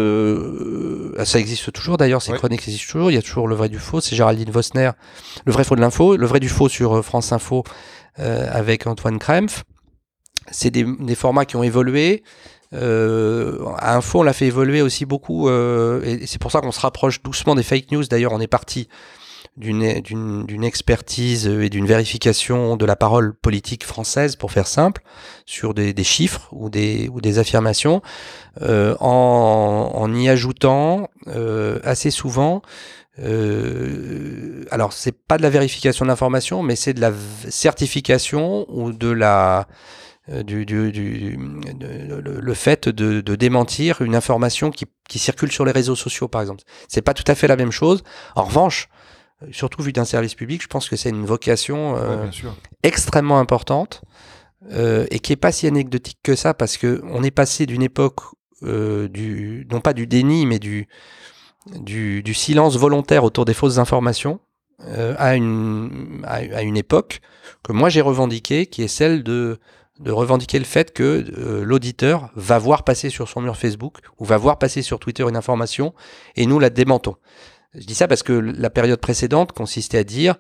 euh, ça existe toujours d'ailleurs, ces ouais. chroniques existent toujours. Il y a toujours le vrai du faux. C'est Géraldine Vosner, le vrai faux de l'info, le vrai du faux sur euh, France Info euh, avec Antoine Krempf. C'est des, des formats qui ont évolué. Euh, à Info, on l'a fait évoluer aussi beaucoup, euh, et c'est pour ça qu'on se rapproche doucement des fake news. D'ailleurs, on est parti d'une, d'une, d'une expertise et d'une vérification de la parole politique française, pour faire simple, sur des, des chiffres ou des, ou des affirmations, euh, en, en y ajoutant euh, assez souvent. Euh, alors, c'est pas de la vérification d'information, mais c'est de la v- certification ou de la Du, du, du, de, le, le fait de, de démentir une information qui, qui circule sur les réseaux sociaux, par exemple. C'est pas tout à fait la même chose. En revanche, surtout vu d'un service public, je pense que c'est une vocation euh, ouais, extrêmement importante euh, et qui est pas si anecdotique que ça, parce que on est passé d'une époque euh, du, non pas du déni, mais du, du, du silence volontaire autour des fausses informations euh, à une, à, à une époque que moi j'ai revendiquée, qui est celle de de revendiquer le fait que euh, l'auditeur va voir passer sur son mur Facebook ou va voir passer sur Twitter une information et nous la démentons. Je dis ça parce que la période précédente consistait à dire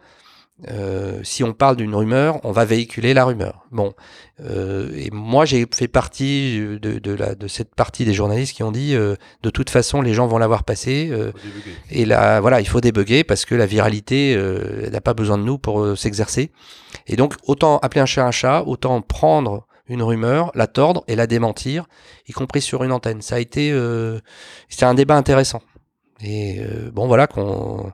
euh, si on parle d'une rumeur, on va véhiculer la rumeur. Bon, euh, et moi j'ai fait partie de, de, la, de cette partie des journalistes qui ont dit euh, de toute façon les gens vont la voir passer euh, et là voilà, il faut débugger parce que la viralité euh, n'a pas besoin de nous pour euh, s'exercer. Et donc autant appeler un chat un chat, autant prendre une rumeur, la tordre et la démentir, y compris sur une antenne. Ça a été euh, c'était un débat intéressant. Et euh, bon voilà qu'on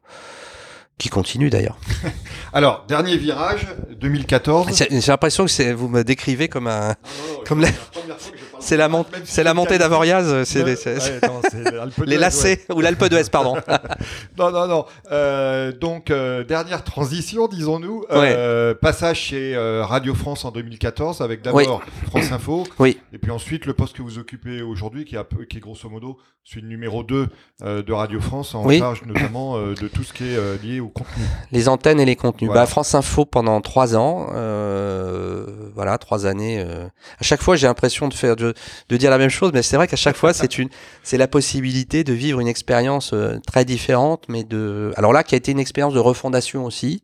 qui continue d'ailleurs. Alors, dernier virage, deux mille quatorze. C'est, j'ai l'impression que c'est, vous me décrivez comme un... Ah non, non, comme la, la c'est la, mont, si c'est la montée d'Avoriaz, c'est, les, c'est, ouais, non, c'est les lacets, ouais. Ou l'Alpe d'Huez, pardon. non, non, non. Euh, donc, euh, dernière transition, disons-nous. Euh, ouais. Passage chez euh, Radio France en deux mille quatorze, avec d'abord oui. France Info. Oui. Et puis ensuite, le poste que vous occupez aujourd'hui, qui, a, qui est grosso modo celui de numéro deux euh, de Radio France, en oui. charge notamment euh, de tout ce qui est euh, lié au contenu. Les antennes et les contenus. Voilà. Bah, France Info pendant trois ans, euh, voilà, trois années. Euh, à chaque fois, j'ai l'impression de faire, de, de dire la même chose, mais c'est vrai qu'à chaque fois, c'est une, c'est la possibilité de vivre une expérience euh, très différente, mais de, alors là, qui a été une expérience de refondation aussi,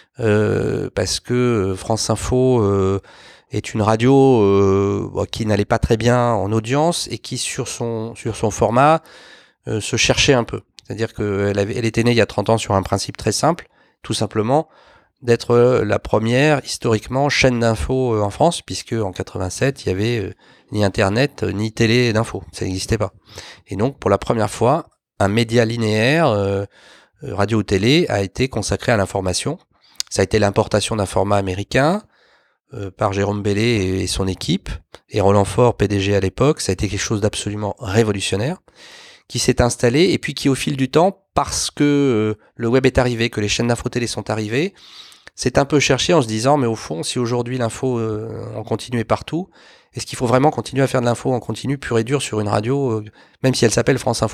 euh, parce que France Info euh, est une radio euh, bon, qui n'allait pas très bien en audience et qui sur son sur son format euh, se cherchait un peu. C'est-à-dire qu'elle avait, elle était née il y a trente ans sur un principe très simple, tout simplement d'être la première, historiquement, chaîne d'infos en France, puisque en quatre-vingt-sept, il y avait ni Internet, ni télé d'infos. Ça n'existait pas. Et donc, pour la première fois, un média linéaire, euh, radio ou télé, a été consacré à l'information. Ça a été l'importation d'un format américain euh, par Jérôme Bellé et, et son équipe, et Roland Faure, P D G à l'époque. Ça a été quelque chose d'absolument révolutionnaire, qui s'est installé et puis qui au fil du temps, parce que euh, le web est arrivé, que les chaînes d'info télé sont arrivées, c'est un peu cherché en se disant mais au fond si aujourd'hui l'info euh, en continu est partout, Est-ce qu'il faut vraiment continuer à faire de l'info en continu, pur et dur, sur une radio, euh, même si elle s'appelle France Info ?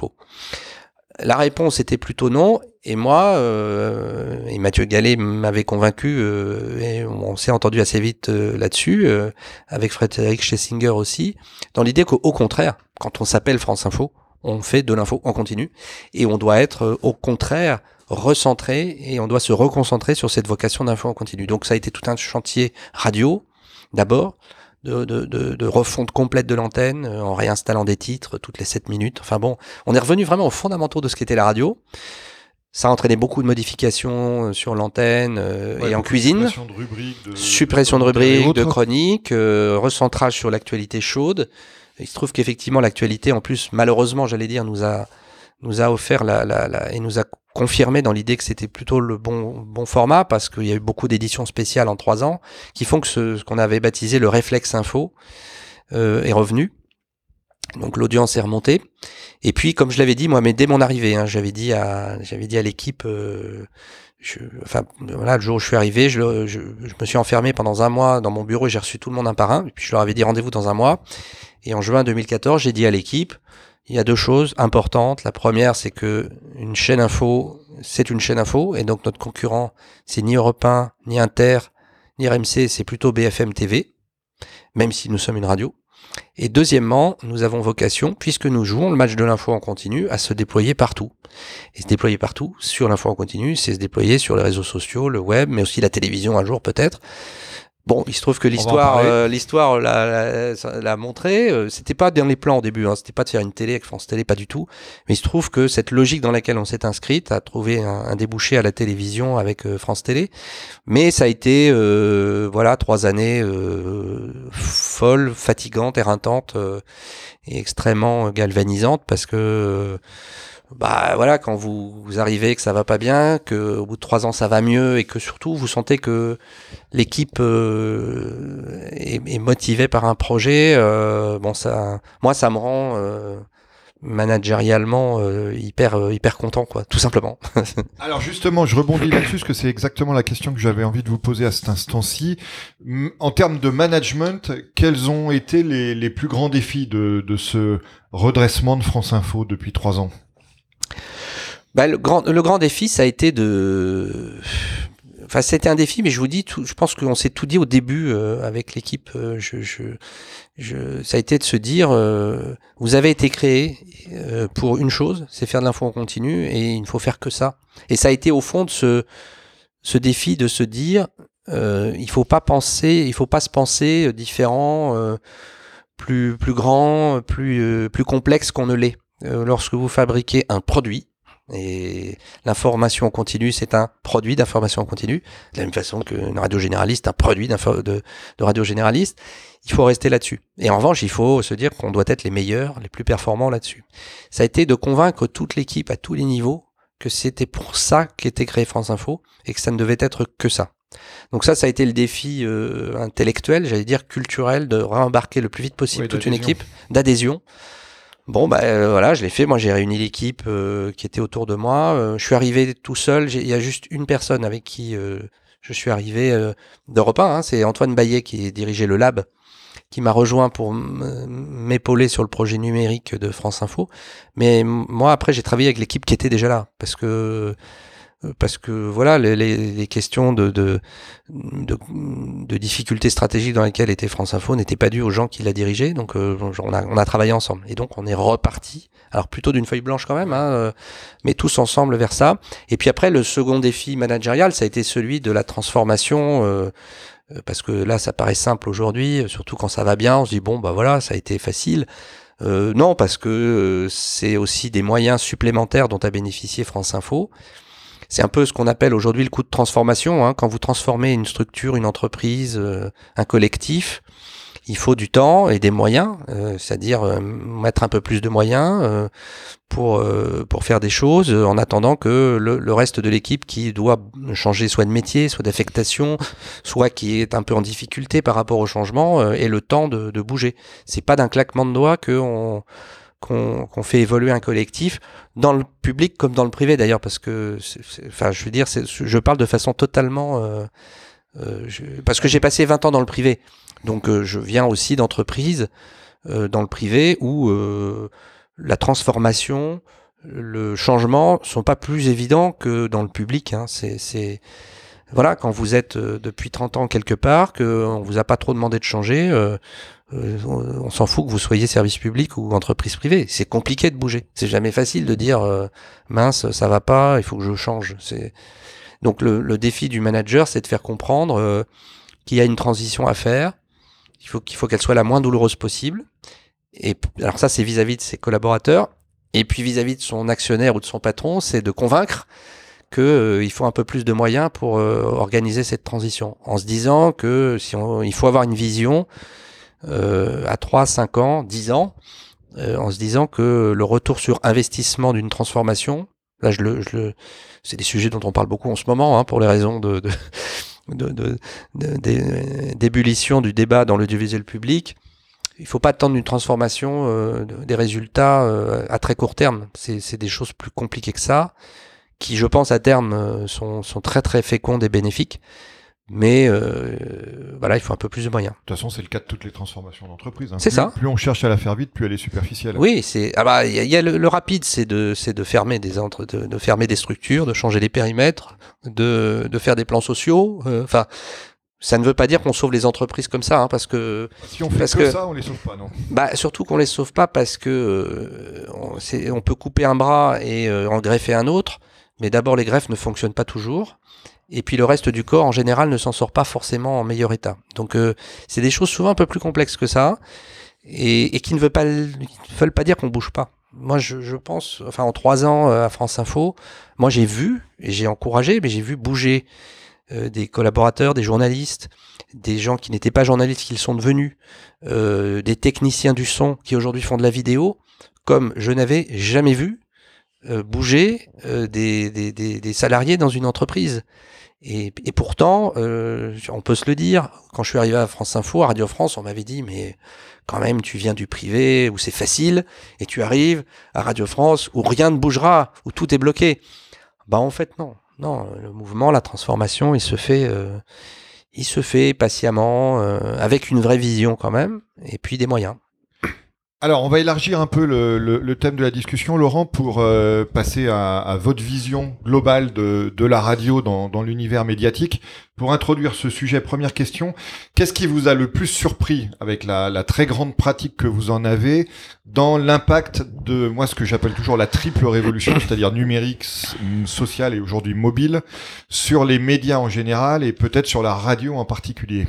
La réponse était plutôt non, et moi, euh, et Mathieu Gallet m'avait convaincu, euh, et on s'est entendu assez vite euh, là-dessus, euh, avec Frédéric Schlesinger aussi, dans l'idée qu'au contraire, quand on s'appelle France Info, on fait de l'info en continu, et on doit être euh, au contraire recentré, et on doit se reconcentrer sur cette vocation d'info en continu. Donc ça a été tout un chantier radio, d'abord, De, de, de, de refonte complète de l'antenne, euh, en réinstallant des titres toutes les sept minutes. Enfin bon, on est revenu vraiment aux fondamentaux de ce qu'était la radio. Ça a entraîné beaucoup de modifications euh, sur l'antenne euh, ouais, et en cuisine. Suppression de rubriques, de, suppression de, de rubriques, de chroniques, euh, recentrage sur l'actualité chaude. Il se trouve qu'effectivement l'actualité, en plus, malheureusement, j'allais dire, nous a nous a offert la, la, la et nous a confirmé dans l'idée que c'était plutôt le bon bon format, parce qu'il y a eu beaucoup d'éditions spéciales en trois ans qui font que ce, ce qu'on avait baptisé le réflexe info euh, est revenu. Donc l'audience est remontée. Et puis, comme je l'avais dit, moi, mais dès mon arrivée, hein, j'avais dit à j'avais dit à l'équipe, euh, je, enfin voilà, le jour où je suis arrivé, je, je, je me suis enfermé pendant un mois dans mon bureau et j'ai reçu tout le monde un par un. Et puis je leur avais dit rendez-vous dans un mois. Et en juin deux mille quatorze, j'ai dit à l'équipe, il y a deux choses importantes. La première, c'est que une chaîne info, c'est une chaîne info, et donc notre concurrent, c'est ni Europe un, ni Inter, ni R M C, c'est plutôt B F M T V, même si nous sommes une radio. Et deuxièmement, nous avons vocation, puisque nous jouons le match de l'info en continu, à se déployer partout. Et se déployer partout sur l'info en continu, c'est se déployer sur les réseaux sociaux, le web, mais aussi la télévision un jour peut-être. Bon, il se trouve que l'histoire, euh, l'histoire l'a, l'a, l'a montré. Euh, c'était pas dans les plans au début, hein, c'était pas de faire une télé avec France Télé, pas du tout. Mais il se trouve que cette logique dans laquelle on s'est inscrite a trouvé un, un débouché à la télévision avec euh, France Télé. Mais ça a été, euh, voilà, trois années euh, folles, fatigantes, éreintantes euh, et extrêmement galvanisantes, parce que euh, bah voilà, quand vous, vous arrivez que ça va pas bien, que au bout de trois ans ça va mieux, et que surtout vous sentez que l'équipe euh, est, est motivée par un projet, euh, bon ça, moi ça me rend euh, managérialement euh, hyper euh, hyper content, quoi, tout simplement. Alors justement, je rebondis là-dessus parce que c'est exactement la question que j'avais envie de vous poser à cet instant-ci. En termes de management, quels ont été les, les plus grands défis de, de ce redressement de France Info depuis trois ans ? Bah, le grand, le grand défi, ça a été de, enfin, c'était un défi, mais je vous dis, tout, je pense qu'on s'est tout dit au début euh, avec l'équipe. Euh, je, je, je, ça a été de se dire, euh, vous avez été créé euh, pour une chose, c'est faire de l'info en continu, et il ne faut faire que ça. Et ça a été au fond de ce, ce défi de se dire, euh, il faut pas penser, il faut pas se penser différent, euh, plus, plus grand, plus, euh, plus complexe qu'on ne l'est. Euh, lorsque vous fabriquez un produit, et l'information continue, c'est un produit d'information continue, de la même façon qu'une radio généraliste, un produit de, de radio généraliste, il faut rester là-dessus. Et en revanche, il faut se dire qu'on doit être les meilleurs, les plus performants là-dessus. Ça a été de convaincre toute l'équipe à tous les niveaux que c'était pour ça qu'était créé France Info, et que ça ne devait être que ça. Donc ça, ça a été le défi euh, intellectuel, j'allais dire culturel, de réembarquer le plus vite possible oui, toute une équipe d'adhésion. Bon, bah euh, voilà, je l'ai fait. Moi, j'ai réuni l'équipe euh, qui était autour de moi. Euh, je suis arrivé tout seul. Il y a juste une personne avec qui euh, je suis arrivé euh, d'Europe un. Hein, c'est Antoine Baillet qui dirigeait le Lab, qui m'a rejoint pour m- m'épauler sur le projet numérique de France Info. Mais m- moi, après, j'ai travaillé avec l'équipe qui était déjà là, parce que parce que voilà, les, les, les questions de, de, de, de difficultés stratégiques dans lesquelles était France Info n'étaient pas dues aux gens qui la dirigeaient, donc euh, on, a, on a travaillé ensemble. Et donc on est reparti, alors plutôt d'une feuille blanche quand même, hein, euh, mais tous ensemble vers ça. Et puis après, le second défi managérial, ça a été celui de la transformation, euh, parce que là, ça paraît simple aujourd'hui, surtout quand ça va bien, on se dit bon, bah voilà, ça a été facile. Euh, non, parce que euh, c'est aussi des moyens supplémentaires dont a bénéficié France Info. C'est un peu ce qu'on appelle aujourd'hui le coût de transformation, hein. Quand vous transformez une structure, une entreprise, euh, un collectif, il faut du temps et des moyens, euh, c'est-à-dire euh, mettre un peu plus de moyens euh, pour euh, pour faire des choses, euh, en attendant que le, le reste de l'équipe qui doit changer soit de métier, soit d'affectation, soit qui est un peu en difficulté par rapport au changement, euh, ait le temps de, de bouger. C'est pas d'un claquement de doigts que on Qu'on, qu'on fait évoluer un collectif, dans le public comme dans le privé d'ailleurs, parce que, c'est, c'est, enfin, je veux dire, c'est, je parle de façon totalement, euh, Euh, je, parce que j'ai passé vingt ans dans le privé. Donc euh, je viens aussi d'entreprises euh, dans le privé où euh, la transformation, le changement sont pas plus évidents que dans le public. Hein. C'est, c'est voilà, quand vous êtes euh, depuis trente ans quelque part, qu'on vous a pas trop demandé de changer, euh, euh, on, on s'en fout que vous soyez service public ou entreprise privée. C'est compliqué de bouger. C'est jamais facile de dire euh, mince, ça va pas, il faut que je change. C'est Donc le, le défi du manager, c'est de faire comprendre euh, qu'il y a une transition à faire, il faut qu'il faut qu'elle soit la moins douloureuse possible. Et alors ça, c'est vis-à-vis de ses collaborateurs. Et puis vis-à-vis de son actionnaire ou de son patron, c'est de convaincre qu'il euh, faut un peu plus de moyens pour euh, organiser cette transition. En se disant que si on, il faut avoir une vision euh, à trois, cinq ans, dix ans, euh, en se disant que le retour sur investissement d'une transformation, là je le... Je le c'est des sujets dont on parle beaucoup en ce moment, hein, pour les raisons de, de, de, de, de, de, d'ébullition du débat dans l'audiovisuel public. Il ne faut pas attendre une transformation, euh, des résultats euh, à très court terme. C'est, c'est des choses plus compliquées que ça, qui, je pense, à terme, euh, sont, sont très très fécondes et bénéfiques. Mais euh, voilà, il faut un peu plus de moyens. De toute façon, c'est le cas de toutes les transformations d'entreprise. Hein. C'est plus, ça. Plus on cherche à la faire vite, plus elle est superficielle. Oui, c'est ah bah il y a, y a le, le rapide, c'est de c'est de fermer des entre de, de fermer des structures, de changer les périmètres, de de faire des plans sociaux. Enfin, euh, ça ne veut pas dire qu'on sauve les entreprises comme ça, hein, parce que si on fait parce que, que ça, on les sauve pas, non. Bah surtout qu'on les sauve pas parce que euh, on, c'est, on peut couper un bras et euh, en greffer un autre, mais d'abord les greffes ne fonctionnent pas toujours. Et puis le reste du corps, en général, ne s'en sort pas forcément en meilleur état. Donc euh, c'est des choses souvent un peu plus complexes que ça, et, et qui ne veulent pas, veulent pas dire qu'on bouge pas. Moi, je, je pense, enfin en trois ans euh, à France Info, moi j'ai vu, et j'ai encouragé, mais j'ai vu bouger euh, des collaborateurs, des journalistes, des gens qui n'étaient pas journalistes, qui le sont devenus, euh, des techniciens du son qui aujourd'hui font de la vidéo, comme je n'avais jamais vu euh, bouger euh, des, des, des, des salariés dans une entreprise. Et, et pourtant, euh, on peut se le dire, quand je suis arrivé à France Info, à Radio France, on m'avait dit, mais quand même, tu viens du privé, où c'est facile, et tu arrives à Radio France, où rien ne bougera, où tout est bloqué. Bah en fait, non. Non, le mouvement, la transformation, il se fait, euh, il se fait patiemment, euh, avec une vraie vision quand même, et puis des moyens. Alors, on va élargir un peu le, le, le thème de la discussion, Laurent, pour euh, passer à, à votre vision globale de, de la radio dans, dans l'univers médiatique. Pour introduire ce sujet, première question, qu'est-ce qui vous a le plus surpris avec la, la très grande pratique que vous en avez dans l'impact de, moi, ce que j'appelle toujours la triple révolution, c'est-à-dire numérique, social et aujourd'hui mobile, sur les médias en général et peut-être sur la radio en particulier?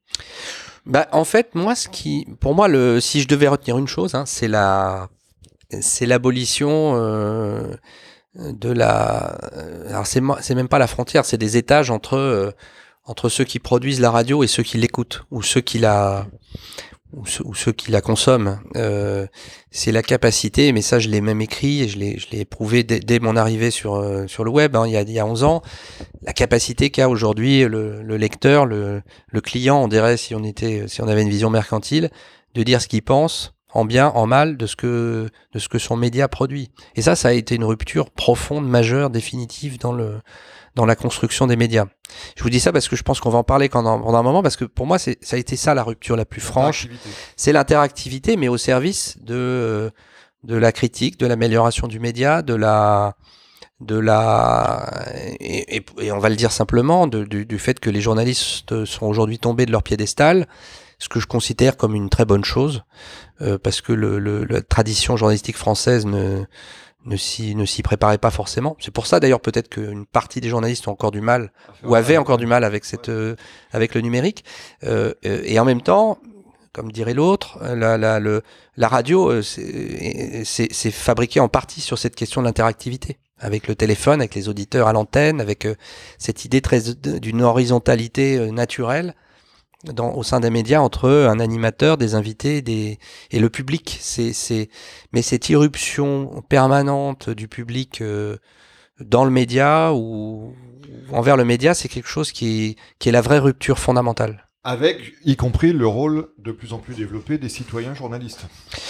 Bah, en fait, moi, ce qui, pour moi, le, si je devais retenir une chose, hein, c'est la, c'est l'abolition euh, de la. Alors, c'est, c'est même pas la frontière, c'est des étages entre euh, entre ceux qui produisent la radio et ceux qui l'écoutent ou ceux qui la ou ceux, ou ceux qui la consomment. Euh, c'est la capacité, mais ça, je l'ai même écrit et je l'ai je l'ai éprouvé dès, dès mon arrivée sur euh, sur le web, hein, il y a il y a onze ans. La capacité qu'a aujourd'hui le, le lecteur, le, le client, on dirait si on était, si on avait une vision mercantile, de dire ce qu'il pense, en bien, en mal, de ce que, de ce que son média produit. Et ça, ça a été une rupture profonde, majeure, définitive dans le, dans la construction des médias. Je vous dis ça parce que je pense qu'on va en parler pendant, pendant un moment, parce que pour moi, c'est, ça a été ça la rupture la plus franche. C'est l'interactivité, mais au service de, de la critique, de l'amélioration du média, de la, de la et, et, et on va le dire simplement de, du, du fait que les journalistes sont aujourd'hui tombés de leur piédestal, ce que je considère comme une très bonne chose, euh, parce que le, le, la tradition journalistique française ne ne s'y ne s'y préparait pas forcément. C'est pour ça d'ailleurs peut-être qu'une partie des journalistes ont encore du mal ou avaient encore du mal avec cette euh, avec le numérique, euh, et en même temps, comme dirait l'autre, la, la, le, la radio, c'est, c'est, c'est fabriqué en partie sur cette question de l'interactivité, avec le téléphone, avec les auditeurs à l'antenne, avec euh, cette idée très d'une horizontalité euh, naturelle dans, au sein des médias entre un animateur, des invités des, et le public. C'est, c'est, mais cette irruption permanente du public euh, dans le média ou, ou envers le média, c'est quelque chose qui est, qui est la vraie rupture fondamentale. Avec, y compris, le rôle de plus en plus développé des citoyens journalistes.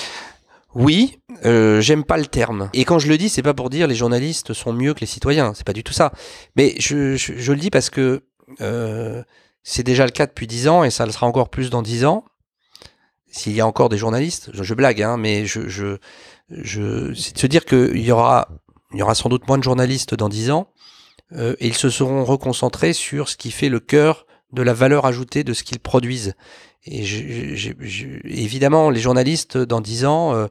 Oui, euh, j'aime pas le terme. Et quand je le dis, c'est pas pour dire les journalistes sont mieux que les citoyens, c'est pas du tout ça. Mais je, je, je le dis parce que euh, c'est déjà le cas depuis dix ans et ça le sera encore plus dans dix ans. S'il y a encore des journalistes, je, je blague, hein, mais je, je, je, c'est de se dire qu'il y aura, il y aura sans doute moins de journalistes dans dix ans euh, et ils se seront reconcentrés sur ce qui fait le cœur de la valeur ajoutée de ce qu'ils produisent. Et je, je, je, évidemment, les journalistes dans dix ans euh,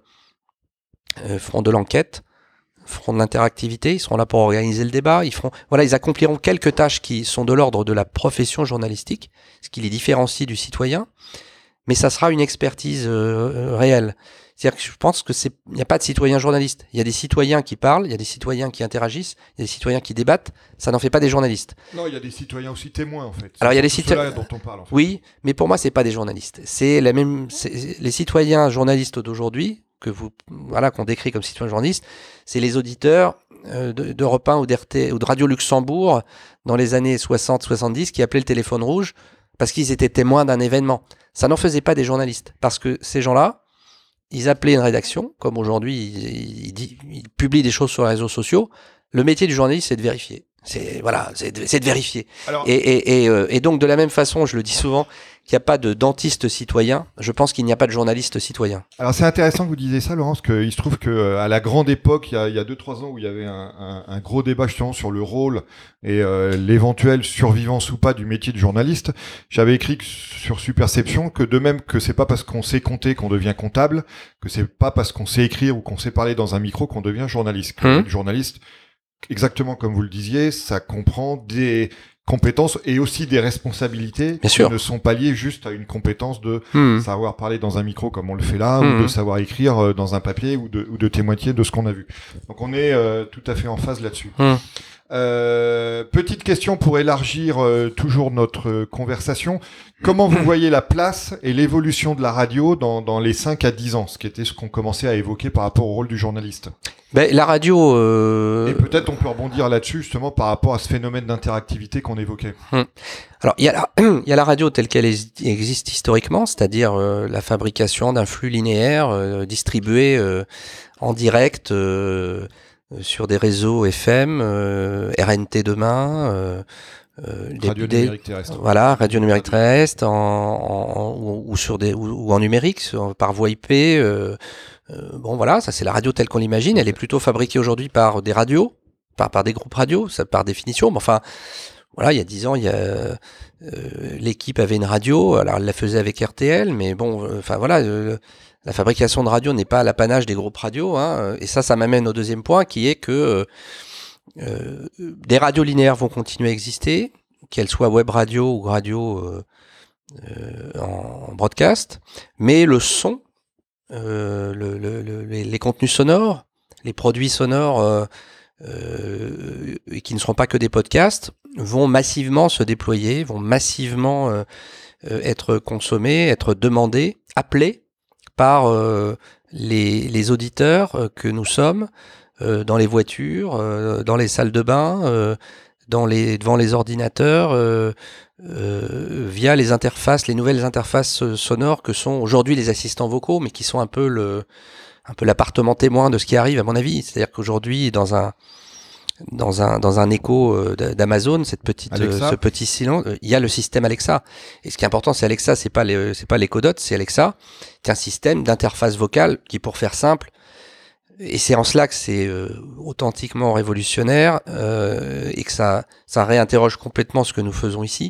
euh, feront de l'enquête, feront de l'interactivité, ils seront là pour organiser le débat, ils feront, voilà, ils accompliront quelques tâches qui sont de l'ordre de la profession journalistique, ce qui les différencie du citoyen. Mais ça sera une expertise euh, réelle. C'est-à-dire que je pense que c'est, il n'y a pas de citoyens journalistes. Il y a des citoyens qui parlent, il y a des citoyens qui interagissent, il y a des citoyens qui débattent. Ça n'en fait pas des journalistes. Non, il y a des citoyens aussi témoins en fait. Alors il y a des citoyens dont on parle. En fait. Oui, mais pour moi c'est pas des journalistes. C'est la même, c'est, les citoyens journalistes d'aujourd'hui que vous, voilà, qu'on décrit comme citoyens journalistes, c'est les auditeurs euh, de, d'Europe un ou d'R T ou de Radio Luxembourg dans les années soixante soixante-dix qui appelaient le téléphone rouge parce qu'ils étaient témoins d'un événement. Ça n'en faisait pas des journalistes, parce que ces gens-là, ils appelaient une rédaction, comme aujourd'hui, ils, ils, ils publient des choses sur les réseaux sociaux. Le métier du journaliste, c'est de vérifier. C'est voilà, c'est de, c'est de vérifier. Alors... Et, et, et, euh, et donc, de la même façon, je le dis souvent, qu'il n'y a pas de dentiste citoyen. Je pense qu'il n'y a pas de journaliste citoyen. Alors, c'est intéressant que vous disiez ça, Laurence, qu'il se trouve qu'à la grande époque, il y a, il y a deux, trois ans, où il y avait un, un, un gros débat justement sur le rôle et euh, l'éventuelle survivance ou pas du métier de journaliste, j'avais écrit sur Superception que de même que c'est pas parce qu'on sait compter qu'on devient comptable, que c'est pas parce qu'on sait écrire ou qu'on sait parler dans un micro qu'on devient journaliste. Mmh. Le journaliste, exactement comme vous le disiez, ça comprend des compétences et aussi des responsabilités Bien qui sûr. ne sont pas liées juste à une compétence de mmh. savoir parler dans un micro comme on le fait là, mmh. ou de savoir écrire dans un papier, ou de, ou de témoigner de ce qu'on a vu. Donc on est euh, tout à fait en phase là-dessus. mmh. Euh, petite question pour élargir euh, toujours notre euh, conversation. Comment vous voyez la place et l'évolution de la radio dans, dans les cinq à dix ans, ce qui était ce qu'on commençait à évoquer par rapport au rôle du journaliste? Ben, la radio... Euh... Et peut-être on peut rebondir là-dessus justement par rapport à ce phénomène d'interactivité qu'on évoquait. Hum. Alors, il y, a la, il y a la radio telle qu'elle est, existe historiquement, c'est-à-dire euh, la fabrication d'un flux linéaire euh, distribué euh, en direct euh, sur des réseaux F M, euh, R N T demain, euh, euh, radio des, numérique terrestre. Voilà, radio numérique terrestre, en, en, en, ou, ou sur des ou, ou en numérique, sur, par voie I P. Euh, euh, bon, voilà, ça c'est la radio telle qu'on l'imagine. Elle est plutôt fabriquée aujourd'hui par des radios, par par des groupes radio, ça par définition. Mais enfin, voilà, il y a dix ans, il y a euh, l'équipe avait une radio. Alors elle la faisait avec R T L, mais bon, enfin euh, voilà. Euh, La fabrication de radio n'est pas l'apanage des groupes radio, hein, et ça, ça m'amène au deuxième point, qui est que euh, des radios linéaires vont continuer à exister, qu'elles soient web radio ou radio euh, euh, en broadcast, mais le son, euh, le, le, le, les, les contenus sonores, les produits sonores, euh, euh, et qui ne seront pas que des podcasts, vont massivement se déployer, vont massivement euh, euh, être consommés, être demandés, appelés par euh, les, les auditeurs euh, que nous sommes euh, dans les voitures, euh, dans les salles de bain, euh, dans les, devant les ordinateurs, euh, euh, via les interfaces, les nouvelles interfaces sonores que sont aujourd'hui les assistants vocaux, mais qui sont un peu le, un peu l'appartement témoin de ce qui arrive à mon avis. C'est-à-dire qu'aujourd'hui, dans un dans un dans un écho d'Amazon, cette petite euh, ce petit silence, il euh, y a le système Alexa. Et ce qui est important, c'est Alexa, c'est pas les c'est pas l'Echo Dot, c'est Alexa. C'est un système d'interface vocale qui, pour faire simple, et c'est en cela que c'est euh, authentiquement révolutionnaire euh, et que ça ça réinterroge complètement ce que nous faisons ici.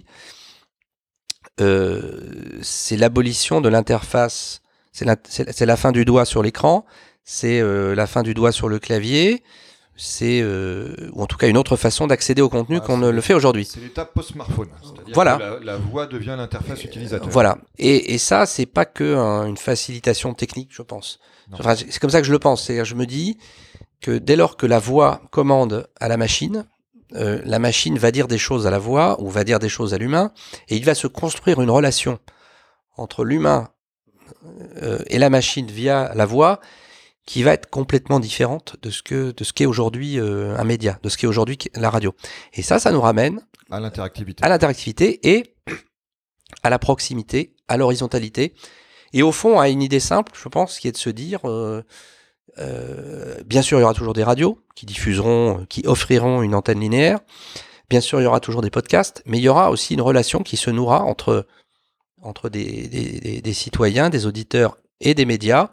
Euh, c'est l'abolition de l'interface. C'est la, c'est, c'est la fin du doigt sur l'écran. C'est euh, la fin du doigt sur le clavier. C'est, euh, ou en tout cas une autre façon d'accéder au contenu ah, qu'on ne le fait aujourd'hui. C'est l'étape post-smartphone, c'est-à-dire voilà. que la, la voix devient l'interface utilisateur. Voilà, et, et ça, c'est pas que hein, une facilitation technique, je pense. Enfin, c'est comme ça que je le pense. C'est-à-dire, je me dis que dès lors que la voix commande à la machine, euh, la machine va dire des choses à la voix ou va dire des choses à l'humain, et il va se construire une relation entre l'humain euh, et la machine via la voix, qui va être complètement différente de ce que de ce qu'est aujourd'hui euh, un média, de ce qu'est aujourd'hui la radio. Et ça, ça nous ramène à l'interactivité, à l'interactivité et à la proximité, à l'horizontalité, et au fond à une idée simple, je pense, qui est de se dire, euh, euh, bien sûr, il y aura toujours des radios qui diffuseront, qui offriront une antenne linéaire, Bien sûr, il y aura toujours des podcasts, mais il y aura aussi une relation qui se nouera entre, entre des, des, des, des citoyens, des auditeurs et des médias,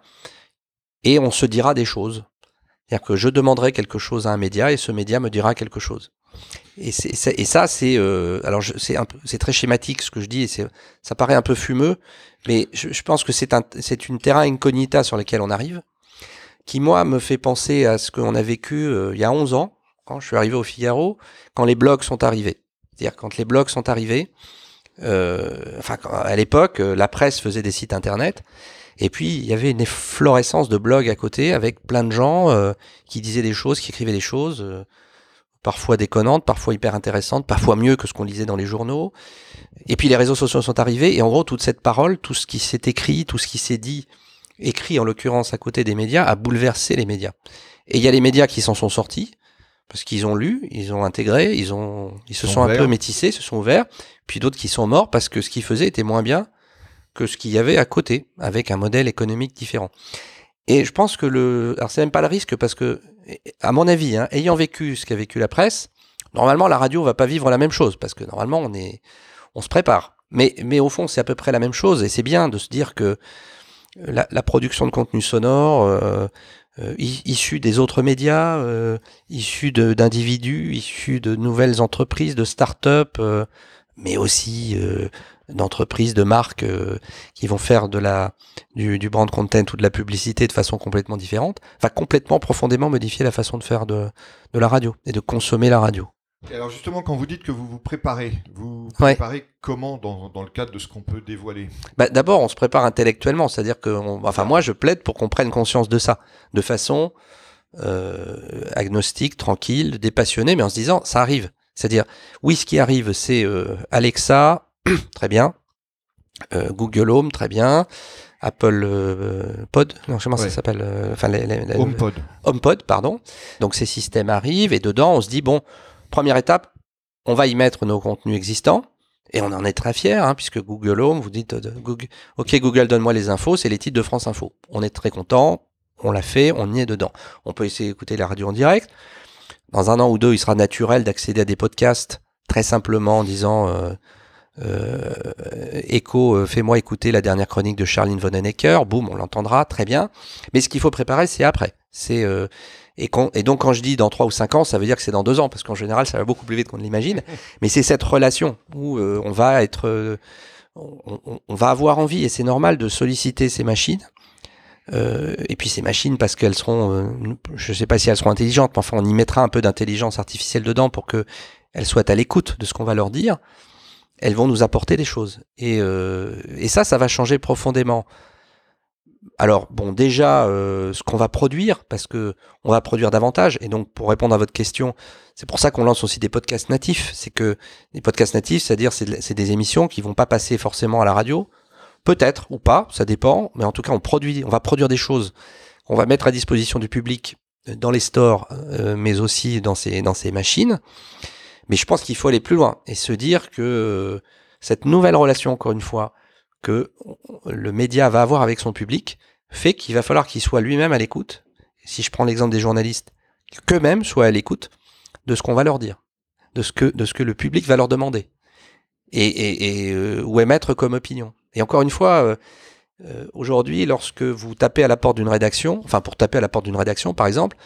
et on se dira des choses. C'est-à-dire que je demanderai quelque chose à un média et ce média me dira quelque chose. Et, c'est, c'est, et ça, c'est, euh, alors je, c'est, un peu, c'est très schématique ce que je dis, et c'est, ça paraît un peu fumeux, mais je, je pense que c'est, un, c'est une terra incognita sur lequel on arrive, qui moi me fait penser à ce qu'on a vécu euh, il y a onze ans, quand je suis arrivé au Figaro, quand les blogs sont arrivés. C'est-à-dire quand les blogs sont arrivés, euh, enfin à l'époque, la presse faisait des sites internet, et puis il y avait une efflorescence de blogs à côté avec plein de gens euh, qui disaient des choses, qui écrivaient des choses, euh, parfois déconnantes, parfois hyper intéressantes, parfois mieux que ce qu'on lisait dans les journaux. Et puis les réseaux sociaux sont arrivés, et en gros toute cette parole, tout ce qui s'est écrit, tout ce qui s'est dit, écrit en l'occurrence à côté des médias, a bouleversé les médias. Et il y a les médias qui s'en sont sortis, parce qu'ils ont lu, ils ont intégré, ils ont, ils se sont, sont un peu métissés, se sont ouverts, puis d'autres qui sont morts parce que ce qu'ils faisaient était moins bien que ce qu'il y avait à côté, avec un modèle économique différent. Et je pense que le, alors c'est même pas le risque parce que, à mon avis, hein, ayant vécu ce qu'a vécu la presse, normalement la radio va pas vivre la même chose parce que normalement on est, on se prépare. Mais, mais au fond c'est à peu près la même chose et c'est bien de se dire que la, la production de contenu sonore, euh, euh, issu des autres médias, euh, issu de, d'individus, issu de nouvelles entreprises, de start-up, euh, mais aussi euh, d'entreprises, de marques euh, qui vont faire de la du, du brand content ou de la publicité de façon complètement différente, va complètement profondément modifier la façon de faire de, de la radio et de consommer la radio. Et alors justement, quand vous dites que vous vous préparez, vous vous préparez ouais. comment dans, dans le cadre de ce qu'on peut dévoiler ? Bah, d'abord, on se prépare intellectuellement, c'est-à-dire que, on, enfin moi je plaide pour qu'on prenne conscience de ça, de façon euh, agnostique, tranquille, dépassionnée, mais en se disant ça arrive. C'est-à-dire, oui, ce qui arrive, c'est euh, Alexa, très bien, euh, Google Home, très bien, Apple euh, Pod, non, je sais pas comment ouais. ça s'appelle, euh, enfin, les, les, les, HomePod. HomePod, pardon. Donc ces systèmes arrivent et dedans, on se dit bon, première étape, on va y mettre nos contenus existants et on en est très fiers, hein, puisque Google Home, vous dites, euh, Google, ok Google, donne-moi les infos, c'est les titres de France Info. On est très content, on l'a fait, on y est dedans. On peut essayer d'écouter la radio en direct. Dans un an ou deux, il sera naturel d'accéder à des podcasts très simplement en disant euh, euh, Echo, euh, fais-moi écouter la dernière chronique de Charline Vonnenecker. Boum, on l'entendra, très bien. Mais ce qu'il faut préparer, c'est après. C'est euh, et, quand, et donc quand je dis dans trois ou cinq ans, ça veut dire que c'est dans deux ans, parce qu'en général, ça va beaucoup plus vite qu'on ne l'imagine. Mais c'est cette relation où euh, on va être, euh, on, on, on va avoir envie, et c'est normal de solliciter ces machines. Euh, et puis ces machines, parce qu'elles seront, euh, je ne sais pas si elles seront intelligentes, mais enfin on y mettra un peu d'intelligence artificielle dedans pour que elles soient à l'écoute de ce qu'on va leur dire. Elles vont nous apporter des choses, et, euh, et ça, ça va changer profondément. Alors bon, déjà euh, ce qu'on va produire, parce que on va produire davantage, et donc pour répondre à votre question, c'est pour ça qu'on lance aussi des podcasts natifs. C'est que les podcasts natifs, c'est-à-dire c'est, c'est des émissions qui vont pas passer forcément à la radio. Peut-être ou pas, ça dépend, mais en tout cas on produit, on va produire des choses qu'on va mettre à disposition du public dans les stores, euh, mais aussi dans ces dans ces machines. Mais je pense qu'il faut aller plus loin et se dire que euh, cette nouvelle relation, encore une fois, que le média va avoir avec son public, fait qu'il va falloir qu'il soit lui-même à l'écoute. Si je prends l'exemple des journalistes, qu'eux-mêmes soient à l'écoute de ce qu'on va leur dire, de ce que de ce que le public va leur demander, et, et, et euh, ou émettre comme opinion. Et encore une fois, euh, euh, aujourd'hui, lorsque vous tapez à la porte d'une rédaction, enfin pour taper à la porte d'une rédaction, par exemple,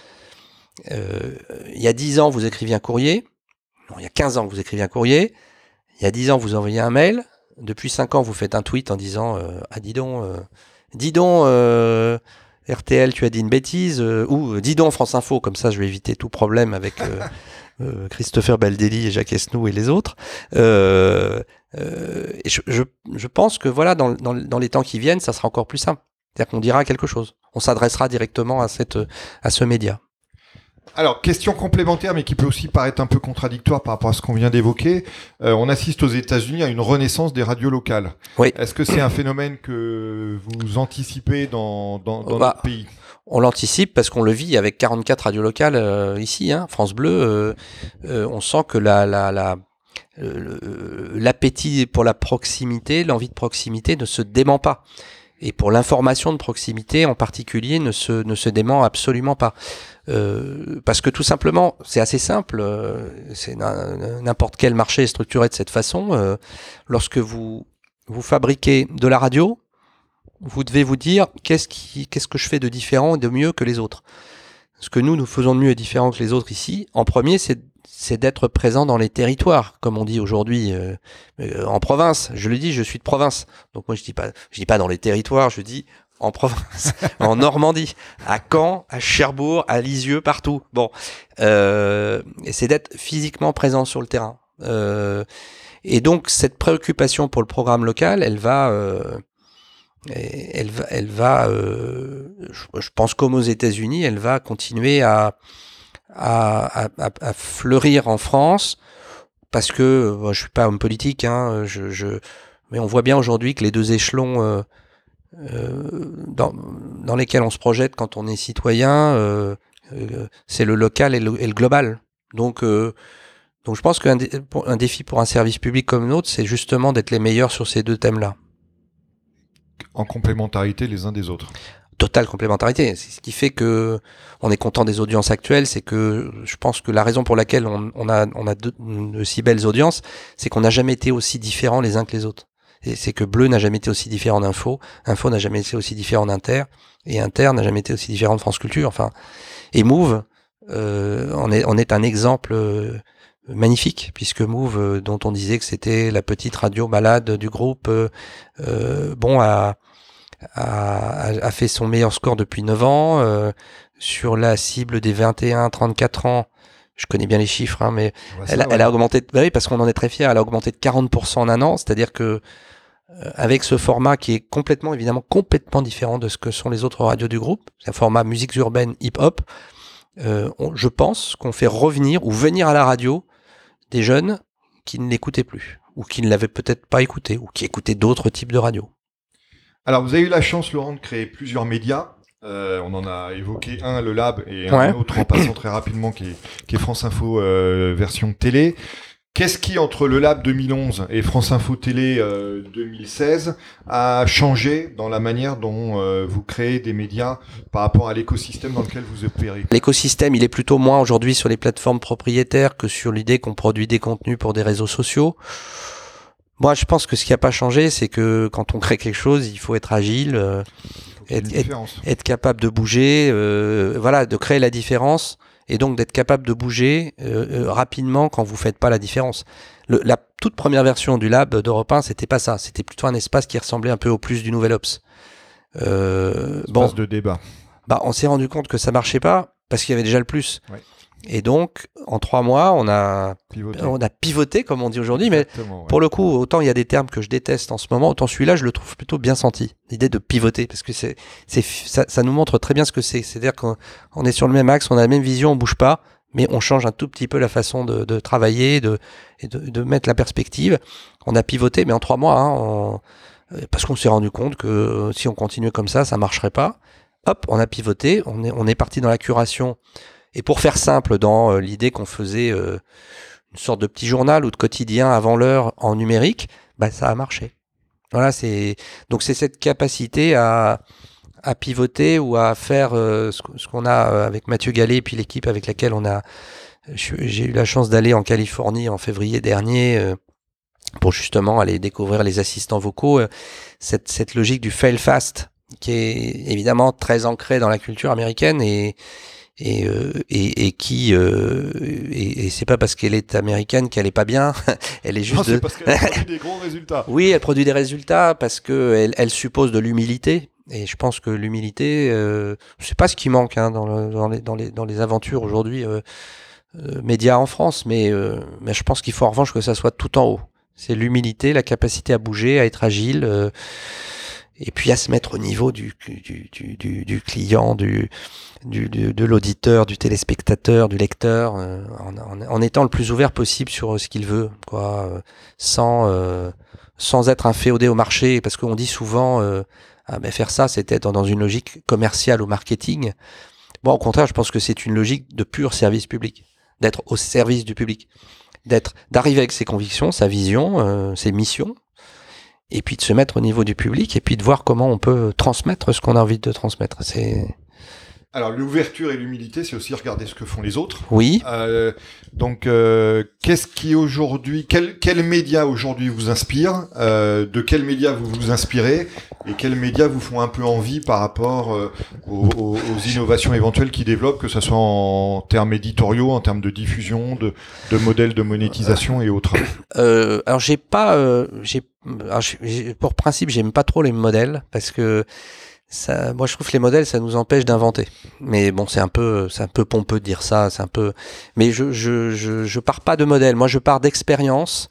euh, il y a dix ans, vous écriviez un courrier, non, il y a quinze ans, vous écriviez un courrier, il y a dix ans, vous envoyez un mail, depuis cinq ans, vous faites un tweet en disant euh, « Ah, dis donc, euh, dis donc euh, R T L, tu as dit une bêtise euh, » ou euh, « Dis donc France Info », comme ça je vais éviter tout problème avec euh, euh, Christopher Baldelli et Jacques Esnou et les autres. Euh, Euh, et je, je, je pense que voilà, dans, dans, dans les temps qui viennent, ça sera encore plus simple. C'est-à-dire qu'on dira quelque chose. On s'adressera directement à, cette, à ce média. Alors, question complémentaire, mais qui peut aussi paraître un peu contradictoire par rapport à ce qu'on vient d'évoquer. Euh, on assiste aux États-Unis à une renaissance des radios locales. Oui. Est-ce que c'est un phénomène que vous anticipez dans, dans, dans bah, notre pays ? On l'anticipe parce qu'on le vit avec quarante-quatre radios locales euh, ici, hein, France Bleu. Euh, euh, on sent que la... la, la Euh, l'appétit pour la proximité, l'envie de proximité ne se dément pas. et pour l'information de proximité en particulier ne se, ne se dément absolument pas. Euh, parce que tout simplement, c'est assez simple, euh, c'est n'importe quel marché est structuré de cette façon. Euh, lorsque vous, vous fabriquez de la radio, vous devez vous dire qu'est-ce qui, qu'est-ce que je fais de différent et de mieux que les autres. Ce que nous, nous faisons de mieux et différent que les autres ici, en premier, c'est, c'est d'être présent dans les territoires, comme on dit aujourd'hui euh, euh, en province. Je le dis, je suis de province. Donc moi, je dis pas, je dis pas dans les territoires, je dis en province, en Normandie, à Caen, à Cherbourg, à Lisieux, partout. Bon, euh, et c'est d'être physiquement présent sur le terrain. Euh, et donc cette préoccupation pour le programme local, elle va, euh, elle va, elle va. Euh, je, je pense comme aux États-Unis, elle va continuer à, à, à, à fleurir en France, parce que bon, je suis pas homme politique, hein, je, je, mais on voit bien aujourd'hui que les deux échelons euh, Euh, dans, dans lesquels on se projette quand on est citoyen, euh, euh, c'est le local et le, et le global. Donc, euh, donc je pense qu'un dé, un défi pour un service public comme le nôtre, c'est justement d'être les meilleurs sur ces deux thèmes-là. En complémentarité les uns des autres. Totale complémentarité. C'est ce qui fait que on est content des audiences actuelles, c'est que je pense que la raison pour laquelle on, on a, on a de, de si belles audiences, c'est qu'on n'a jamais été aussi différents les uns que les autres. Et c'est que Bleu n'a jamais été aussi différent d'Info, Info n'a jamais été aussi différent d'Inter, et Inter n'a jamais été aussi différent de France Culture. Enfin, et Move, euh, on est on est un exemple euh, magnifique, puisque Move, euh, dont on disait que c'était la petite radio malade du groupe, euh, euh, bon, a, a a fait son meilleur score depuis neuf ans euh, sur la cible des vingt et un à trente-quatre ans. Je connais bien les chiffres, hein, mais ouais, elle, a, ouais. elle a augmenté. Bah oui, parce qu'on en est très fiers. Elle a augmenté de quarante pour cent en un an, c'est-à-dire que euh, avec ce format qui est complètement, évidemment, complètement différent de ce que sont les autres radios du groupe, c'est un format musique urbaine, hip-hop. Euh, on, je pense qu'on fait revenir ou venir à la radio des jeunes qui ne l'écoutaient plus, ou qui ne l'avaient peut-être pas écouté, ou qui écoutaient d'autres types de radios. Alors, vous avez eu la chance, Laurent, de créer plusieurs médias. Euh, on en a évoqué un, le Lab, et un ouais. autre en passant très rapidement, qui est, qui est France Info euh, version télé. Qu'est-ce qui, entre le Lab deux mille onze et France Info Télé euh, deux mille seize, a changé dans la manière dont euh, vous créez des médias par rapport à l'écosystème dans lequel vous opérez ? L'écosystème, il est plutôt moins aujourd'hui sur les plateformes propriétaires que sur l'idée qu'on produit des contenus pour des réseaux sociaux. Moi, je pense que ce qui n'a pas changé, c'est que quand on crée quelque chose, il faut être agile, euh, être, être, être capable de bouger, euh, voilà, de créer la différence. Et donc d'être capable de bouger euh, euh, rapidement quand vous faites pas la différence. Le, la toute première version du Lab d'Europe un, c'était pas ça. C'était plutôt un espace qui ressemblait un peu au plus du Nouvel Obs. Euh, espace bon, de débat. Bah, on s'est rendu compte que ça marchait pas parce qu'il y avait déjà le plus. Ouais. Et donc, en trois mois, on a pivoté, on a pivoté comme on dit aujourd'hui. Mais ouais. Pour le coup, autant il y a des termes que je déteste en ce moment, autant celui-là, je le trouve plutôt bien senti. L'idée de pivoter, parce que c'est, c'est, ça, ça nous montre très bien ce que c'est. C'est-à-dire qu'on on est sur le même axe, on a la même vision, on bouge pas, mais on change un tout petit peu la façon de, de travailler, de, et de, de mettre la perspective. On a pivoté, mais en trois mois, hein, on, parce qu'on s'est rendu compte que si on continuait comme ça, ça marcherait pas. Hop, on a pivoté, on est, on est parti dans la curation. Et pour faire simple, dans euh, l'idée qu'on faisait euh, une sorte de petit journal ou de quotidien avant l'heure en numérique, bah ça a marché. Voilà, c'est donc c'est cette capacité à à pivoter ou à faire euh, ce, ce qu'on a euh, avec Mathieu Gallet et puis l'équipe avec laquelle on a. J'ai eu la chance d'aller en Californie en février dernier euh, pour justement aller découvrir les assistants vocaux. Euh, cette cette logique du fail fast qui est évidemment très ancrée dans la culture américaine et Et, euh, et, et qui euh, et, et c'est pas parce qu'elle est américaine qu'elle est pas bien. Elle est juste. Non, c'est de... parce qu'elle produit des gros résultats. Oui, elle produit des résultats parce que elle, elle suppose de l'humilité. Et je pense que l'humilité, euh, c'est pas ce qui manque hein, dans, le, dans les dans les dans les aventures aujourd'hui euh, euh, médias en France, mais euh, mais je pense qu'il faut en revanche que ça soit tout en haut. C'est l'humilité, la capacité à bouger, à être agile. Euh, et puis à se mettre au niveau du du du du, du client, du, du du de l'auditeur, du téléspectateur, du lecteur, euh, en, en, en étant le plus ouvert possible sur ce qu'il veut, quoi, euh, sans euh, sans être un féodé au marché, parce qu'on dit souvent euh, ah ben faire ça c'est être dans une logique commerciale ou marketing. Moi au contraire, je pense que c'est une logique de pur service public, d'être au service du public, d'être d'arriver avec ses convictions, sa vision, euh, ses missions. et puis de se mettre au niveau du public, et puis de voir comment on peut transmettre ce qu'on a envie de transmettre. C'est... Alors, l'ouverture et l'humilité, c'est aussi regarder ce que font les autres. Oui. Euh, donc, euh, qu'est-ce qui aujourd'hui, quel, quel média aujourd'hui vous inspire, euh, de quels médias vous vous inspirez, et quels médias vous font un peu envie par rapport euh, aux, aux, aux innovations éventuelles qu'ils développent, que ce soit en termes éditoriaux, en termes de diffusion, de, de modèles de monétisation et autres. Euh, alors, j'ai pas, euh, j'ai, alors, j'ai, pour principe, j'aime pas trop les modèles parce que ça, moi, je trouve que les modèles, ça nous empêche d'inventer. Mais bon, c'est un peu, c'est un peu pompeux de dire ça. C'est un peu. Mais je, je, je, je pars pas de modèle. Moi, je pars d'expérience.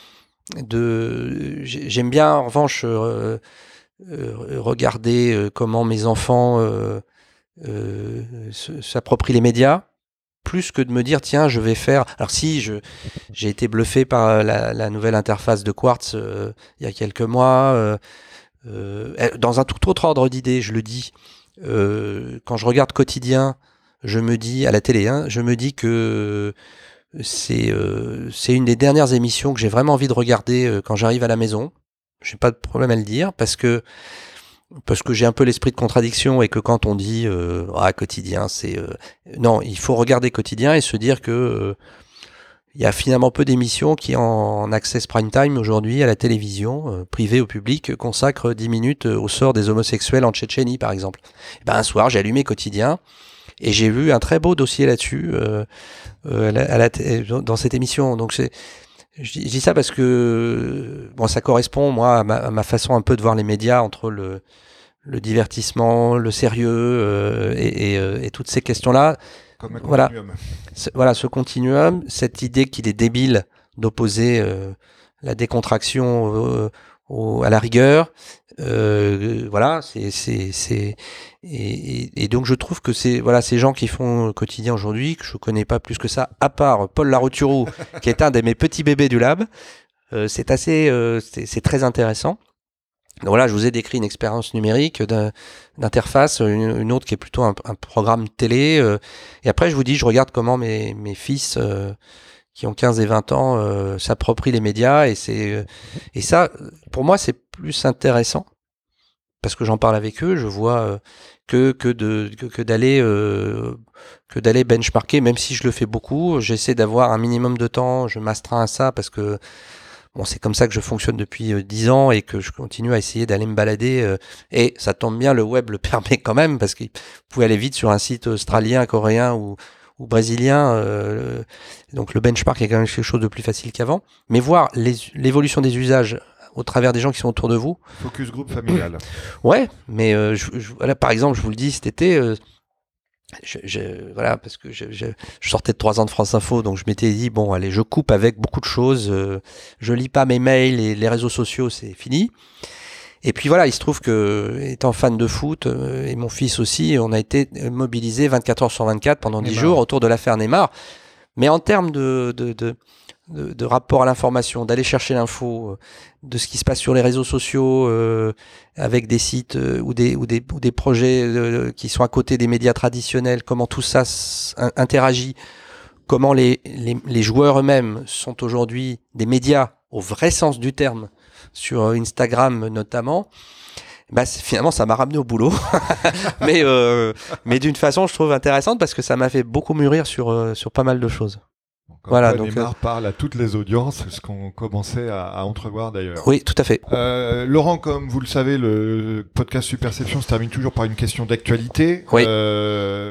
De, j'aime bien, en revanche, euh, euh, regarder euh, comment mes enfants euh, euh, s'approprient les médias, plus que de me dire tiens, je vais faire. Alors si, je, j'ai été bluffé par la, la nouvelle interface de Quartz euh, il y a quelques mois. Euh, Euh, dans un tout autre ordre d'idées, je le dis, euh, quand je regarde Quotidien, je me dis, à la télé, hein, je me dis que c'est, euh, c'est une des dernières émissions que j'ai vraiment envie de regarder euh, quand j'arrive à la maison. J'ai pas de problème à le dire, parce que, parce que j'ai un peu l'esprit de contradiction et que quand on dit euh, ah, Quotidien, c'est... Euh, non, il faut regarder Quotidien et se dire que... Euh, il y a finalement peu d'émissions qui, en access prime time aujourd'hui à la télévision, euh, privée au public, consacrent dix minutes au sort des homosexuels en Tchétchénie, par exemple. Et ben, un soir, j'ai allumé Quotidien et j'ai vu un très beau dossier là-dessus euh, euh, à la, à la t- dans cette émission. Donc, c'est, je dis, je dis ça parce que bon, ça correspond, moi, à ma, à ma façon un peu de voir les médias entre le, le divertissement, le sérieux euh, et, et, euh, et toutes ces questions-là. Comme un Voilà. continuum. Ce, voilà, ce continuum, cette idée qu'il est débile d'opposer euh, la décontraction euh, au, à la rigueur, euh, voilà, c'est, c'est, c'est, et, et, et donc je trouve que c'est, voilà, ces gens qui font Quotidien aujourd'hui, que je connais pas plus que ça, à part Paul Larouturou, qui est un de mes petits bébés du lab, euh, c'est assez, euh, c'est, c'est très intéressant. Donc voilà, je vous ai décrit une expérience numérique d'un, d'interface, une, une autre qui est plutôt un, un programme télé. Euh, et après, je vous dis, je regarde comment mes, mes fils, euh, qui ont quinze et vingt ans, euh, s'approprient les médias. Et, c'est, euh, et ça, pour moi, c'est plus intéressant parce que j'en parle avec eux. Je vois euh, que, que, de, que, que, d'aller, euh, que d'aller benchmarker, même si je le fais beaucoup. J'essaie d'avoir un minimum de temps. Je m'astreins à ça parce que bon, c'est comme ça que je fonctionne depuis euh, dix ans et que je continue à essayer d'aller me balader. Euh, et ça tombe bien, le web le permet quand même, parce que vous pouvez aller vite sur un site australien, coréen ou, ou brésilien. Euh, donc le benchmark est quand même quelque chose de plus facile qu'avant. Mais voir les, l'évolution des usages au travers des gens qui sont autour de vous. Focus group familial. Ouais, mais euh, je, je, voilà, par exemple, je vous le dis, cet été... Euh, Je, je, voilà, parce que je, je, je sortais de trois ans de France Info, donc je m'étais dit, bon, allez, je coupe avec beaucoup de choses, euh, je lis pas mes mails et les réseaux sociaux, c'est fini. Et puis voilà, il se trouve que, étant fan de foot, euh, et mon fils aussi, on a été mobilisés vingt-quatre heures sur vingt-quatre pendant dix jours autour de l'affaire Neymar. Mais en termes de, de, de, de, de rapport à l'information, d'aller chercher l'info, euh, de ce qui se passe sur les réseaux sociaux, euh, avec des sites euh, ou, des, ou, des, ou des projets euh, qui sont à côté des médias traditionnels, comment tout ça s- interagit, comment les, les, les joueurs eux-mêmes sont aujourd'hui des médias au vrai sens du terme, sur Instagram notamment, bah, finalement ça m'a ramené au boulot, mais, euh, mais d'une façon je trouve intéressante parce que ça m'a fait beaucoup mûrir sur, euh, sur pas mal de choses. Comme Voilà, quoi, donc, Neymar euh... parle à toutes les audiences, ce qu'on commençait à, à entrevoir d'ailleurs. Oui, tout à fait. Euh, Laurent, comme vous le savez, le podcast Superception se termine toujours par une question d'actualité. Oui. Euh,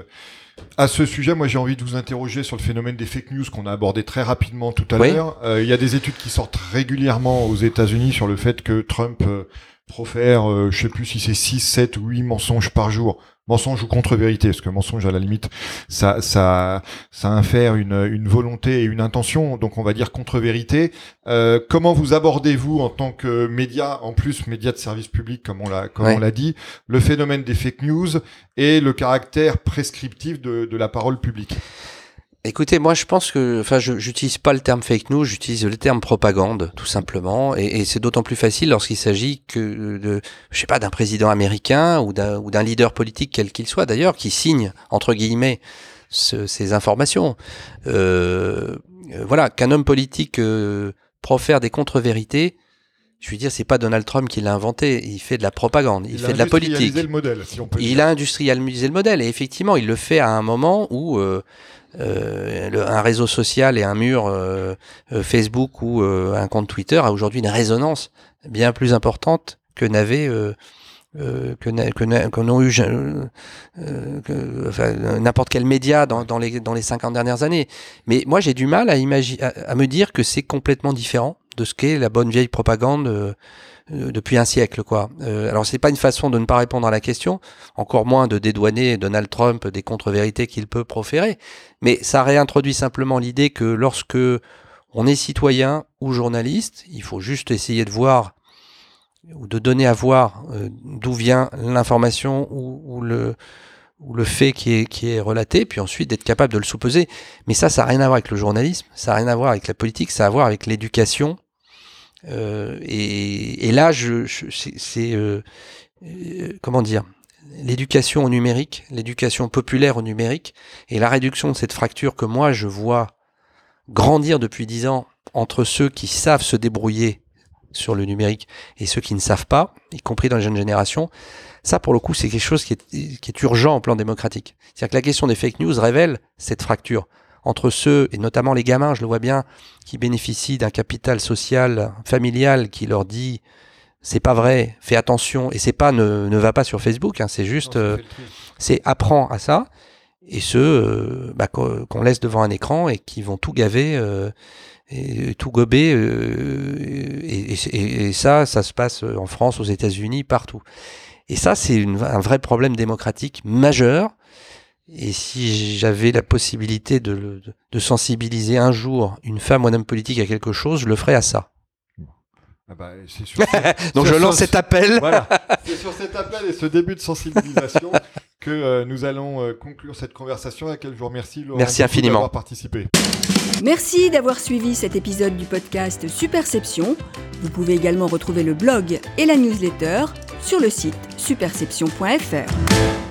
à ce sujet, moi j'ai envie de vous interroger sur le phénomène des fake news qu'on a abordé très rapidement tout à Oui. l'heure. Euh, il y a des études qui sortent régulièrement aux États-Unis sur le fait que Trump euh, profère, euh, je sais plus si c'est six, sept ou huit mensonges par jour. Mensonge ou contre-vérité, parce que mensonge, à la limite, ça, ça, ça infère une, une volonté et une intention, donc on va dire contre-vérité. Euh, comment vous abordez-vous en tant que média, en plus média de service public, comme on l'a, comme Ouais. on l'a dit, le phénomène des fake news et le caractère prescriptif de, de la parole publique? Écoutez, moi je pense que, enfin, je j'utilise pas le terme fake news, j'utilise le terme propagande, tout simplement, et, et c'est d'autant plus facile lorsqu'il s'agit que de, je sais pas, d'un président américain ou d'un ou d'un leader politique quel qu'il soit d'ailleurs, qui signe entre guillemets ce, ces informations. Euh, euh, voilà, qu'un homme politique euh, profère des contre-vérités, Je veux dire, c'est pas Donald Trump qui l'a inventé. Il fait de la propagande, il, il fait de la politique. Il a industrialisé le modèle, si on peut il dire. a industrialisé le modèle. Et effectivement, il le fait à un moment où euh, euh, le, un réseau social et un mur euh, euh, Facebook ou euh, un compte Twitter a aujourd'hui une résonance bien plus importante que n'avait euh, euh, que, n'a, que, n'a, que n'ont eu euh, que, enfin, n'importe quel média dans, dans les dans les cinquante dernières années. Mais moi, j'ai du mal à imaginer, à, à me dire que c'est complètement différent de ce qu'est la bonne vieille propagande euh, euh, depuis un siècle, quoi. Euh, alors, c'est pas une façon de ne pas répondre à la question, encore moins de dédouaner Donald Trump des contre-vérités qu'il peut proférer, mais ça réintroduit simplement l'idée que lorsque on est citoyen ou journaliste, il faut juste essayer de voir ou de donner à voir euh, d'où vient l'information ou, ou le ou le fait qui est qui est relaté, puis ensuite d'être capable de le sous-peser. Mais ça, ça n'a rien à voir avec le journalisme, ça n'a rien à voir avec la politique, ça a à voir avec l'éducation. Euh, et, et là, je, je c'est, c'est euh, euh, comment dire, l'éducation au numérique, l'éducation populaire au numérique, et la réduction de cette fracture que moi je vois grandir depuis dix ans entre ceux qui savent se débrouiller sur le numérique et ceux qui ne savent pas, y compris dans les jeunes générations. Ça, pour le coup, c'est quelque chose qui est, qui est urgent en plan démocratique. C'est-à-dire que la question des fake news révèle cette fracture entre ceux, et notamment les gamins, je le vois bien, qui bénéficient d'un capital social, familial, qui leur dit « c'est pas vrai, fais attention », et c'est pas ne, ne va pas sur Facebook, hein, c'est juste, non, euh, c'est apprends à ça, et ceux euh, bah, qu'on laisse devant un écran et qui vont tout gaver, euh, et tout gober, euh, et, et, et ça, ça se passe en France, aux États-Unis, partout. Et ça, c'est une, un vrai problème démocratique majeur. Et si j'avais la possibilité de, de, de sensibiliser un jour une femme ou un homme politique à quelque chose, je le ferais à ça. Ah bah, c'est sur ce, Donc sur je lance ce, cet appel. Voilà, c'est sur cet appel et ce début de sensibilisation que euh, nous allons euh, conclure cette conversation à laquelle je vous remercie, Laurent, merci infiniment d'avoir participé. Merci d'avoir suivi cet épisode du podcast Superception. Vous pouvez également retrouver le blog et la newsletter sur le site superception point f r.